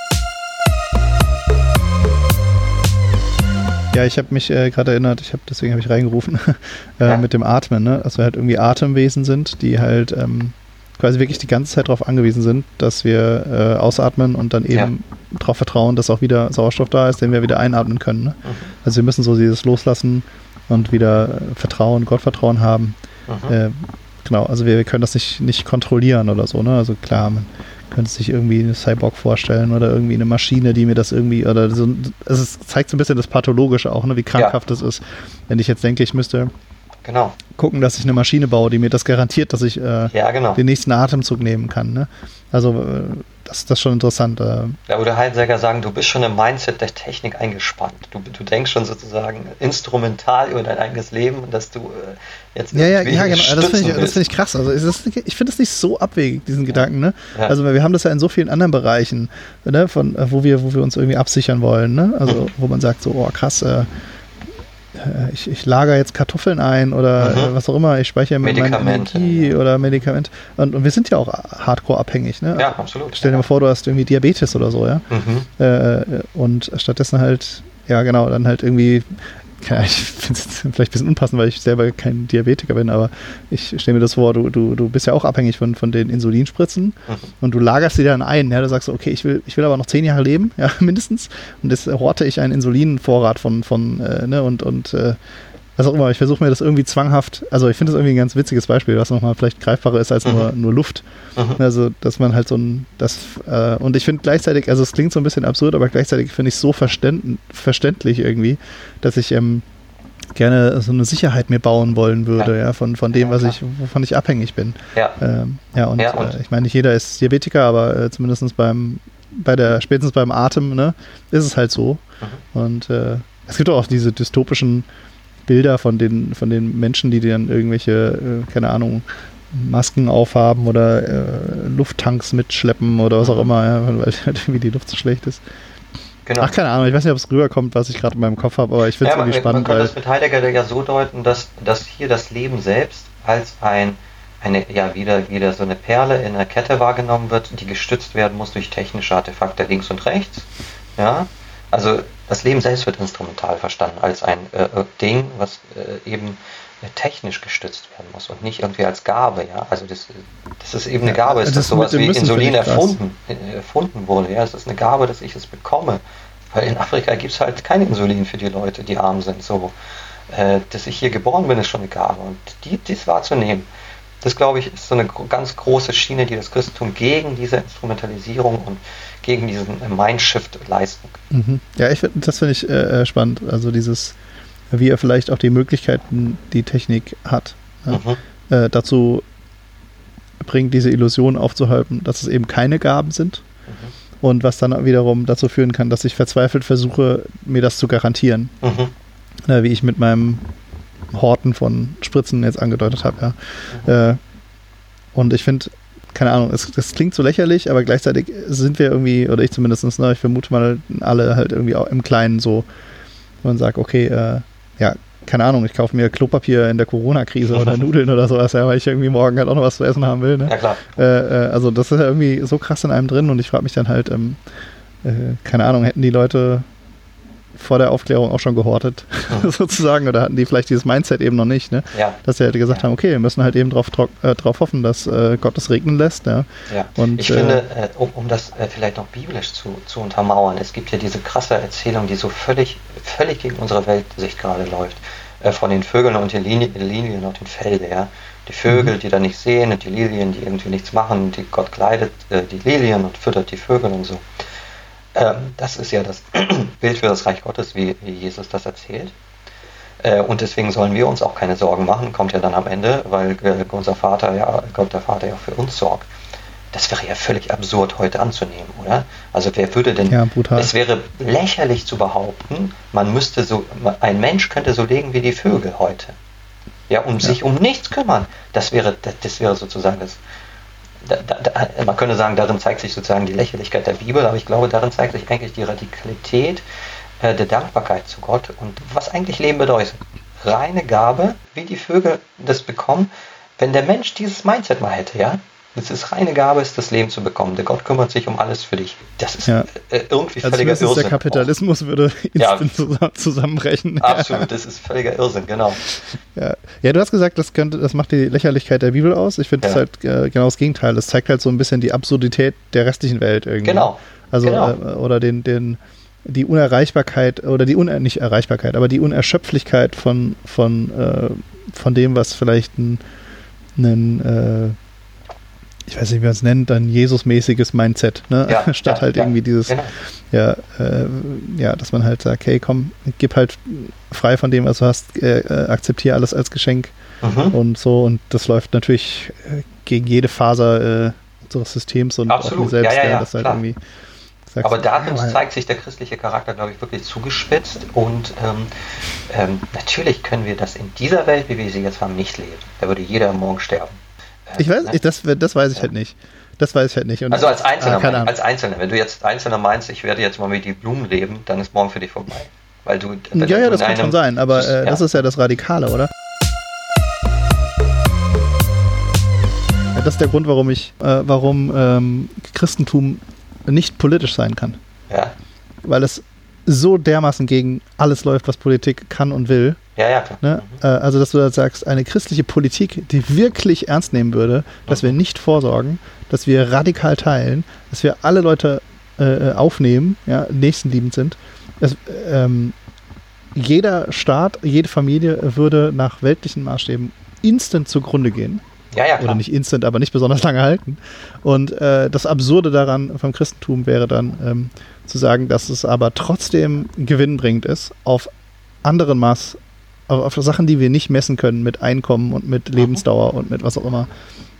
[SPEAKER 1] Ja, ich habe mich äh, gerade erinnert, ich habe deswegen habe ich reingerufen, äh,
[SPEAKER 2] Ja.
[SPEAKER 1] mit dem Atmen, ne? Dass wir halt irgendwie Atemwesen sind, die halt ähm, quasi wirklich die ganze Zeit darauf angewiesen sind, dass wir äh, ausatmen und dann eben darauf vertrauen, dass auch wieder Sauerstoff da ist, den wir wieder einatmen können. Ne?
[SPEAKER 2] Mhm.
[SPEAKER 1] Also wir müssen so dieses Loslassen und wieder äh, Vertrauen, Gottvertrauen haben.
[SPEAKER 2] Mhm.
[SPEAKER 1] Äh, genau, also wir, wir können das nicht, nicht kontrollieren oder so, ne? Also klar, man könnte sich irgendwie eine Cyborg vorstellen oder irgendwie eine Maschine, die mir das irgendwie, oder so, also es zeigt so ein bisschen das Pathologische auch, ne? Wie krankhaft es ist. Wenn ich jetzt denke, ich müsste
[SPEAKER 2] Genau.
[SPEAKER 1] gucken, dass ich eine Maschine baue, die mir das garantiert, dass ich äh,
[SPEAKER 2] Ja, genau.
[SPEAKER 1] den nächsten Atemzug nehmen kann. Ne? Also äh, das, das ist schon interessant. Äh,
[SPEAKER 2] Da würde Heidegger sagen, du bist schon im Mindset der Technik eingespannt. Du, du denkst schon sozusagen instrumental über dein eigenes Leben, dass du äh, jetzt
[SPEAKER 1] ja, ja,
[SPEAKER 2] irgendwie
[SPEAKER 1] ja, genau. Das finde
[SPEAKER 2] stützen
[SPEAKER 1] ich, das
[SPEAKER 2] willst.
[SPEAKER 1] find ich krass. Also es ist, ich finde das nicht so abwegig, diesen Gedanken. Ne?
[SPEAKER 2] Ja.
[SPEAKER 1] Also wir haben das ja in so vielen anderen Bereichen, ne? Von, äh, wo, wir, wo wir uns irgendwie absichern wollen. Ne? Also
[SPEAKER 2] Mhm.
[SPEAKER 1] wo man sagt so, oh krass, äh, ich, ich lager jetzt Kartoffeln ein oder
[SPEAKER 2] Mhm.
[SPEAKER 1] äh, was auch immer, ich speichere meine
[SPEAKER 2] Medikamente.
[SPEAKER 1] Energie oder Medikament. Und, und wir sind ja auch hardcore abhängig. Ne?
[SPEAKER 2] Ja, absolut.
[SPEAKER 1] Stell dir mal vor, du hast irgendwie Diabetes oder so, ja.
[SPEAKER 2] Mhm.
[SPEAKER 1] Äh, und stattdessen halt, ja genau, dann halt irgendwie, ja, ich finde es vielleicht ein bisschen unpassend, weil ich selber kein Diabetiker bin, aber ich stelle mir das vor, du, du, du bist ja auch abhängig von, von den Insulinspritzen
[SPEAKER 2] Mhm.
[SPEAKER 1] und du lagerst sie dann ein, ja, du sagst so, okay, ich will, ich will aber noch zehn Jahre leben, ja, mindestens, und jetzt horte ich einen Insulinvorrat von, von äh, ne, und, und äh, was auch immer, ich versuche mir das irgendwie zwanghaft, also ich finde das irgendwie ein ganz witziges Beispiel, was nochmal vielleicht greifbarer ist als
[SPEAKER 2] Mhm.
[SPEAKER 1] nur, nur Luft.
[SPEAKER 2] Mhm.
[SPEAKER 1] Also, dass man halt so ein, das, äh, und ich finde gleichzeitig, also es klingt so ein bisschen absurd, aber gleichzeitig finde ich es so verständ, verständlich irgendwie, dass ich ähm, gerne so eine Sicherheit mir bauen wollen würde, ja,
[SPEAKER 2] Ja.
[SPEAKER 1] von, von dem,
[SPEAKER 2] Ja,
[SPEAKER 1] was
[SPEAKER 2] klar.
[SPEAKER 1] ich, wovon ich abhängig bin.
[SPEAKER 2] Ja.
[SPEAKER 1] Ähm, ja, und,
[SPEAKER 2] Ja, und-
[SPEAKER 1] äh, ich meine, nicht jeder ist Diabetiker, aber äh, zumindest beim, bei der, spätestens beim Atem, ne, ist es halt so.
[SPEAKER 2] Mhm.
[SPEAKER 1] Und äh, es gibt auch diese dystopischen Bilder von den, von den Menschen, die dann irgendwelche, äh, keine Ahnung, Masken aufhaben oder äh, Lufttanks mitschleppen oder was auch
[SPEAKER 2] Mhm.
[SPEAKER 1] immer, ja, weil halt irgendwie die Luft so schlecht ist.
[SPEAKER 2] Genau.
[SPEAKER 1] Ach, keine Ahnung, ich weiß nicht, ob es rüberkommt, was ich gerade in meinem Kopf habe, aber ich finde es
[SPEAKER 2] Ja, man,
[SPEAKER 1] irgendwie
[SPEAKER 2] man
[SPEAKER 1] spannend,
[SPEAKER 2] kann
[SPEAKER 1] weil
[SPEAKER 2] das mit Heidegger ja so deuten, dass, dass hier das Leben selbst als ein, eine, ja, wieder, wieder so eine Perle in einer Kette wahrgenommen wird, die gestützt werden muss durch technische Artefakte links und rechts. Ja, also das Leben selbst wird instrumental verstanden als ein äh, äh, Ding, was äh, eben äh, technisch gestützt werden muss und nicht irgendwie als Gabe. Ja, also das, das ist eben eine
[SPEAKER 1] Ja,
[SPEAKER 2] Gabe. Es
[SPEAKER 1] das
[SPEAKER 2] ist sowas
[SPEAKER 1] mit dem
[SPEAKER 2] wie
[SPEAKER 1] Müssen
[SPEAKER 2] Insulin
[SPEAKER 1] finde ich krass.
[SPEAKER 2] erfunden, äh, erfunden wurde. Ja, es ist eine Gabe, dass ich es bekomme. Weil in Afrika gibt es halt kein Insulin für die Leute, die arm sind. So, äh, dass ich hier geboren bin, ist schon eine Gabe. Und die, dies wahrzunehmen, das glaube ich, ist so eine gro- ganz große Schiene, die das Christentum gegen diese Instrumentalisierung und gegen diesen äh, Mindshift leisten kann.
[SPEAKER 1] Mhm. Ja, ich find, das finde ich äh, äh, spannend. Also dieses, wie er vielleicht auch die Möglichkeiten, die Technik hat, ja,
[SPEAKER 2] Mhm.
[SPEAKER 1] äh, dazu bringt, diese Illusion aufzuhalten, dass es eben keine Gaben sind.
[SPEAKER 2] Mhm.
[SPEAKER 1] Und was dann wiederum dazu führen kann, dass ich verzweifelt versuche, mir das zu garantieren.
[SPEAKER 2] Mhm.
[SPEAKER 1] Äh, wie ich mit meinem Horten von Spritzen jetzt angedeutet habe. Ja. Äh, und ich finde, keine Ahnung, es, das klingt so lächerlich, aber gleichzeitig sind wir irgendwie, oder ich zumindest, ne, ich vermute mal alle halt irgendwie auch im Kleinen so, wo man sagt, okay, äh, ja, keine Ahnung, ich kaufe mir Klopapier in der Corona-Krise oder Nudeln oder sowas, ja, weil ich irgendwie morgen halt auch noch was zu essen haben will. Ne?
[SPEAKER 2] Ja, klar.
[SPEAKER 1] Äh, äh, also das ist ja irgendwie so krass in einem drin und ich frage mich dann halt, ähm, äh, keine Ahnung, hätten die Leute vor der Aufklärung auch schon gehortet, mhm. sozusagen, oder hatten die vielleicht dieses Mindset eben noch nicht, ne?
[SPEAKER 2] Ja.
[SPEAKER 1] Dass sie halt gesagt ja. haben, okay, wir müssen halt eben drauf, äh, drauf hoffen, dass äh, Gott es regnen lässt. Ja.
[SPEAKER 2] Ja.
[SPEAKER 1] Und,
[SPEAKER 2] ich äh, finde, äh, um, um das äh, vielleicht noch biblisch zu, zu untermauern, es gibt ja diese krasse Erzählung, die so völlig, völlig gegen unsere Weltsicht gerade läuft, äh, von den Vögeln und den Linien, Linien auf den Feldern, ja. Die Vögel, mhm. die da nicht sehen, und die Lilien, die irgendwie nichts machen, die Gott kleidet äh, die Lilien und füttert die Vögel und so. Ähm, das ist ja das Bild für das Reich Gottes, wie, wie Jesus das erzählt. Äh, und deswegen sollen wir uns auch keine Sorgen machen, kommt ja dann am Ende, weil äh, unser Vater, ja, Gott der Vater ja für uns sorgt. Das wäre ja völlig absurd heute anzunehmen, oder? Also wer würde denn,
[SPEAKER 1] ja, brutal.
[SPEAKER 2] Es wäre lächerlich zu behaupten, man müsste so, ein Mensch könnte so leben wie die Vögel heute. Ja, und ja. sich um nichts kümmern. Das wäre, das, das wäre sozusagen das, Da, da, man könnte sagen, darin zeigt sich sozusagen die Lächerlichkeit der Bibel, aber ich glaube, darin zeigt sich eigentlich die Radikalität äh, der Dankbarkeit zu Gott und was eigentlich Leben bedeutet. Reine Gabe, wie die Vögel das bekommen, wenn der Mensch dieses Mindset mal hätte, ja. Es ist reine Gabe, ist das Leben zu bekommen. Der Gott kümmert sich um alles für dich. Das ist ja. äh, irgendwie
[SPEAKER 1] also
[SPEAKER 2] völliger Irrsinn.
[SPEAKER 1] Der Kapitalismus auch. würde instant ja. zusammenbrechen.
[SPEAKER 2] Absolut, das ist völliger Irrsinn, genau.
[SPEAKER 1] Ja, ja, du hast gesagt, das, könnte, das macht die Lächerlichkeit der Bibel aus. Ich finde ja. das halt äh, genau das Gegenteil. Das zeigt halt so ein bisschen die Absurdität der restlichen Welt irgendwie.
[SPEAKER 2] Genau.
[SPEAKER 1] Also,
[SPEAKER 2] genau.
[SPEAKER 1] Äh, oder den, den, die Unerreichbarkeit, oder die Un nicht Erreichbarkeit, aber die Unerschöpflichkeit von, von, äh, von dem, was vielleicht ein, ein äh, ich weiß nicht, wie man es nennt, ein Jesus-mäßiges Mindset, ne?
[SPEAKER 2] Ja,
[SPEAKER 1] Statt
[SPEAKER 2] ja,
[SPEAKER 1] halt
[SPEAKER 2] ja,
[SPEAKER 1] irgendwie dieses,
[SPEAKER 2] genau.
[SPEAKER 1] ja, äh, ja, dass man halt sagt, hey, komm, gib halt frei von dem, was du hast, äh, äh, akzeptiere alles als Geschenk mhm. und so, und das läuft natürlich äh, gegen jede Faser äh, unseres Systems und
[SPEAKER 2] Absolut.
[SPEAKER 1] auch mir selbst,
[SPEAKER 2] ja, ja, ja,
[SPEAKER 1] das halt
[SPEAKER 2] klar.
[SPEAKER 1] irgendwie
[SPEAKER 2] sagst, aber darin ja, zeigt sich der christliche Charakter, glaube ich, wirklich zugespitzt und ähm, ähm, natürlich können wir das in dieser Welt, wie wir sie jetzt haben, nicht leben. Da würde jeder morgen sterben.
[SPEAKER 1] Ich weiß, ich, das, das weiß ich ja. halt nicht. Das weiß ich halt nicht. Und
[SPEAKER 2] also als Einzelner,
[SPEAKER 1] ah,
[SPEAKER 2] mein, als Einzelner, wenn du jetzt Einzelner meinst, ich werde jetzt mal mit die Blumen leben, dann ist morgen für dich vorbei. Weil du,
[SPEAKER 1] ja, ja,
[SPEAKER 2] du
[SPEAKER 1] das kann schon sein, aber äh, ja. das ist ja das Radikale, oder? Ja, das ist der Grund, warum ich, äh, warum ähm, Christentum nicht politisch sein kann.
[SPEAKER 2] Ja.
[SPEAKER 1] Weil es so dermaßen gegen alles läuft, was Politik kann und will.
[SPEAKER 2] Ja, ja, klar.
[SPEAKER 1] Ne? Mhm. Also, dass du da sagst, eine christliche Politik, die wirklich ernst nehmen würde, dass mhm. wir nicht vorsorgen, dass wir radikal teilen, dass wir alle Leute äh, aufnehmen, ja, nächstenliebend sind. Das, ähm, jeder Staat, jede Familie würde nach weltlichen Maßstäben instant zugrunde gehen.
[SPEAKER 2] Ja, ja, klar.
[SPEAKER 1] Oder nicht instant, aber nicht besonders lange halten. Und äh, das Absurde daran vom Christentum wäre dann ähm, zu sagen, dass es aber trotzdem gewinnbringend ist auf anderen Maß, auf, auf Sachen, die wir nicht messen können mit Einkommen und mit Lebensdauer und mit was auch immer.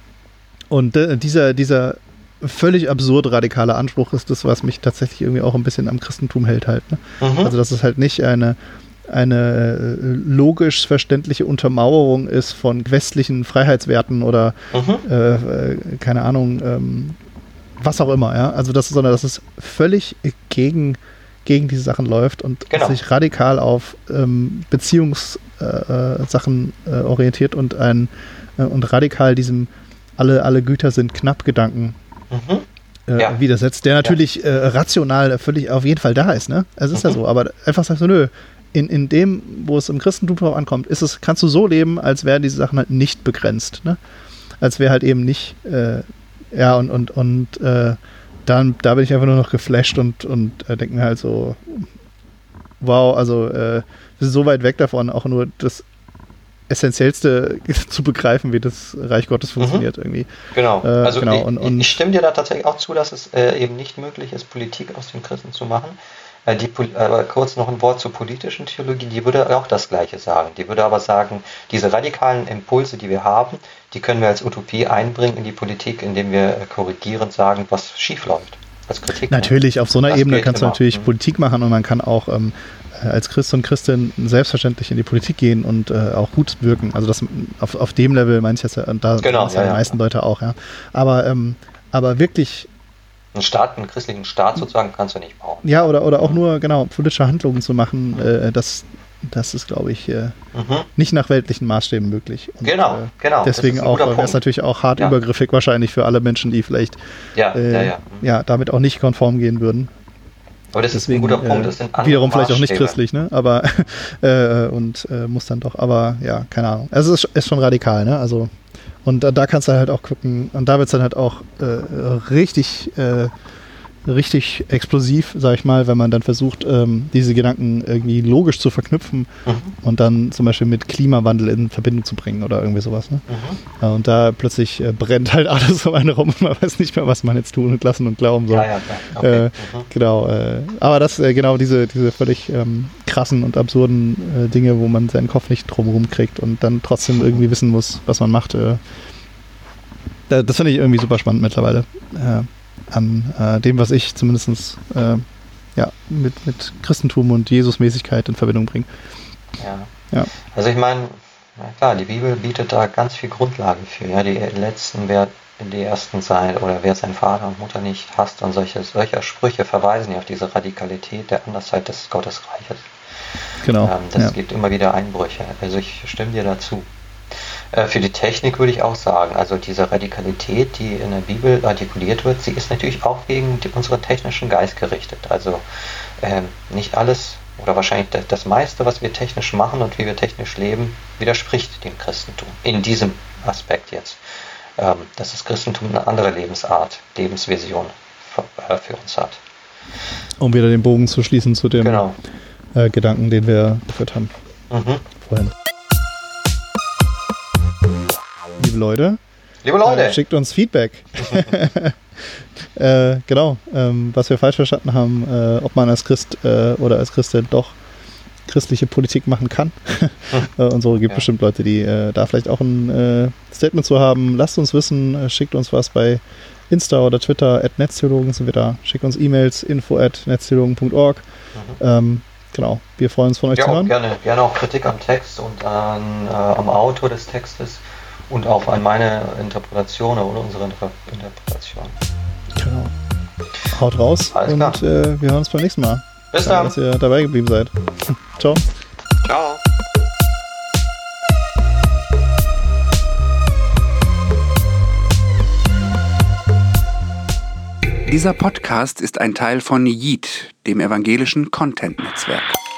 [SPEAKER 1] Und äh, dieser, dieser völlig absurd radikale Anspruch ist das, was mich tatsächlich irgendwie auch ein bisschen am Christentum hält halt. Ne? Mhm. Also dass es halt nicht eine eine logisch verständliche Untermauerung ist von westlichen Freiheitswerten oder mhm. äh, keine Ahnung, ähm, was auch immer, ja. Also das, sondern dass es völlig gegen, gegen diese Sachen läuft und genau. sich radikal auf ähm, Beziehungssachen äh, äh, orientiert und ein äh, und radikal diesem alle, alle Güter sind knapp Gedanken mhm. äh, ja. widersetzt, der natürlich ja. äh, rational völlig auf jeden Fall da ist, ne? Es ist mhm. ja so, aber einfach sagst du, nö, In, in dem, wo es im Christentum drauf ankommt, ist es, kannst du so leben, als wären diese Sachen halt nicht begrenzt, ne? Als wäre halt eben nicht, äh, ja, und, und, und äh, dann, da bin ich einfach nur noch geflasht und, und äh, denke mir halt so, wow, also äh, wir sind so weit weg davon, auch nur das Essentiellste zu begreifen, wie das Reich Gottes funktioniert mhm. irgendwie.
[SPEAKER 2] Genau,
[SPEAKER 1] äh,
[SPEAKER 2] also
[SPEAKER 1] genau.
[SPEAKER 2] Ich,
[SPEAKER 1] Und, und
[SPEAKER 2] ich stimme dir da tatsächlich auch zu, dass es äh, eben nicht möglich ist, Politik aus den Christen zu machen. Die, aber kurz noch ein Wort zur politischen Theologie, die würde auch das Gleiche sagen. Die würde aber sagen, diese radikalen Impulse, die wir haben, die können wir als Utopie einbringen in die Politik, indem wir korrigierend sagen, was schief läuft, was Kritik
[SPEAKER 1] Natürlich, macht. Auf so einer
[SPEAKER 2] das
[SPEAKER 1] Ebene kannst
[SPEAKER 2] immer.
[SPEAKER 1] du natürlich
[SPEAKER 2] mhm.
[SPEAKER 1] Politik machen und man kann auch ähm, als Christ und Christin selbstverständlich in die Politik gehen und äh, auch gut wirken. Also das auf, auf dem Level meine ich jetzt, und da
[SPEAKER 2] genau,
[SPEAKER 1] sind ja, die ja, meisten ja. Leute auch, ja. Aber, ähm, aber wirklich
[SPEAKER 2] Einen Staat, einen christlichen Staat sozusagen kannst du nicht bauen.
[SPEAKER 1] Ja, oder, oder auch nur, genau, politische Handlungen zu machen, mhm. äh, das, das ist, glaube ich, äh, mhm. nicht nach weltlichen Maßstäben möglich. Und,
[SPEAKER 2] genau,
[SPEAKER 1] äh,
[SPEAKER 2] genau.
[SPEAKER 1] Deswegen auch, wäre es natürlich auch hart ja. übergriffig wahrscheinlich für alle Menschen, die vielleicht
[SPEAKER 2] ja,
[SPEAKER 1] äh,
[SPEAKER 2] ja, ja.
[SPEAKER 1] ja, damit auch nicht konform gehen würden.
[SPEAKER 2] Aber das
[SPEAKER 1] Deswegen,
[SPEAKER 2] ist ein guter Punkt.
[SPEAKER 1] Äh,
[SPEAKER 2] das sind
[SPEAKER 1] wiederum vielleicht auch nicht
[SPEAKER 2] Maßstäbe.
[SPEAKER 1] christlich, ne? Aber äh, und äh, muss dann doch, aber ja, keine Ahnung. Also es ist, ist schon radikal, ne? Also und äh, da kannst du halt auch gucken, und da wird es dann halt auch äh, richtig äh, richtig explosiv, sag ich mal, wenn man dann versucht, ähm, diese Gedanken irgendwie logisch zu verknüpfen
[SPEAKER 2] Mhm.
[SPEAKER 1] und dann zum Beispiel mit Klimawandel in Verbindung zu bringen oder irgendwie sowas. Ne?
[SPEAKER 2] Mhm.
[SPEAKER 1] Ja, und da plötzlich äh, brennt halt alles um einen rum und man weiß nicht mehr, was man jetzt tun und lassen und glauben soll.
[SPEAKER 2] Ja, ja, klar. Okay.
[SPEAKER 1] Äh,
[SPEAKER 2] Mhm.
[SPEAKER 1] Genau, äh, aber das, äh, genau diese, diese völlig ähm, krassen und absurden äh, Dinge, wo man seinen Kopf nicht drumherum kriegt und dann trotzdem irgendwie wissen muss, was man macht. Äh, da- das finde ich irgendwie super spannend mittlerweile. Äh, an äh, dem, was ich zumindest äh, ja, mit, mit Christentum und Jesusmäßigkeit in Verbindung bringe.
[SPEAKER 2] Ja.
[SPEAKER 1] Ja.
[SPEAKER 2] Also ich meine, na klar, die Bibel bietet da ganz viel Grundlage für. Ja, die letzten wer die ersten sein oder wer seinen Vater und Mutter nicht hasst und solche, solche Sprüche verweisen ja auf diese Radikalität der Andersheit des Gottesreiches.
[SPEAKER 1] Genau.
[SPEAKER 2] Ähm, das
[SPEAKER 1] ja.
[SPEAKER 2] gibt immer wieder Einbrüche. Also ich stimme dir dazu. Äh, für die Technik würde ich auch sagen, also diese Radikalität, die in der Bibel artikuliert wird, sie ist natürlich auch gegen die, unseren technischen Geist gerichtet. Also ähm, nicht alles oder wahrscheinlich das, das meiste, was wir technisch machen und wie wir technisch leben, widerspricht dem Christentum. In diesem Aspekt jetzt. Ähm, dass das Christentum eine andere Lebensart, Lebensvision für, äh, für uns hat.
[SPEAKER 1] Um wieder den Bogen zu schließen zu dem
[SPEAKER 2] Genau.
[SPEAKER 1] äh, Gedanken, den wir geführt haben
[SPEAKER 2] Mhm.
[SPEAKER 1] vorhin. Liebe Leute,
[SPEAKER 2] Liebe Leute,
[SPEAKER 1] äh, schickt uns Feedback. äh, genau, ähm, was wir falsch verstanden haben, äh, ob man als Christ äh, oder als Christin doch christliche Politik machen kann. äh, und so gibt
[SPEAKER 2] Ja.
[SPEAKER 1] bestimmt Leute, die äh, da vielleicht auch ein äh, Statement zu haben. Lasst uns wissen, äh, schickt uns was bei Insta oder Twitter, at netztheologen sind wir da. Schickt uns E-Mails, info at netztheologen punkt org.
[SPEAKER 2] Mhm.
[SPEAKER 1] Ähm, genau, wir freuen uns von euch
[SPEAKER 2] ja,
[SPEAKER 1] zu
[SPEAKER 2] auch
[SPEAKER 1] hören.
[SPEAKER 2] gerne, gerne auch Kritik am Text und an, äh, am Autor des Textes und auch an meine Interpretation oder unsere Inter- Interpretation.
[SPEAKER 1] Genau. Haut raus
[SPEAKER 2] Alles
[SPEAKER 1] und
[SPEAKER 2] klar.
[SPEAKER 1] äh, wir hören uns beim nächsten Mal.
[SPEAKER 2] Bis
[SPEAKER 1] Danke,
[SPEAKER 2] dann.
[SPEAKER 1] dass ihr dabei geblieben seid. Ciao.
[SPEAKER 2] Ciao.
[SPEAKER 3] Dieser Podcast ist ein Teil von Yeet, dem evangelischen Content-Netzwerk.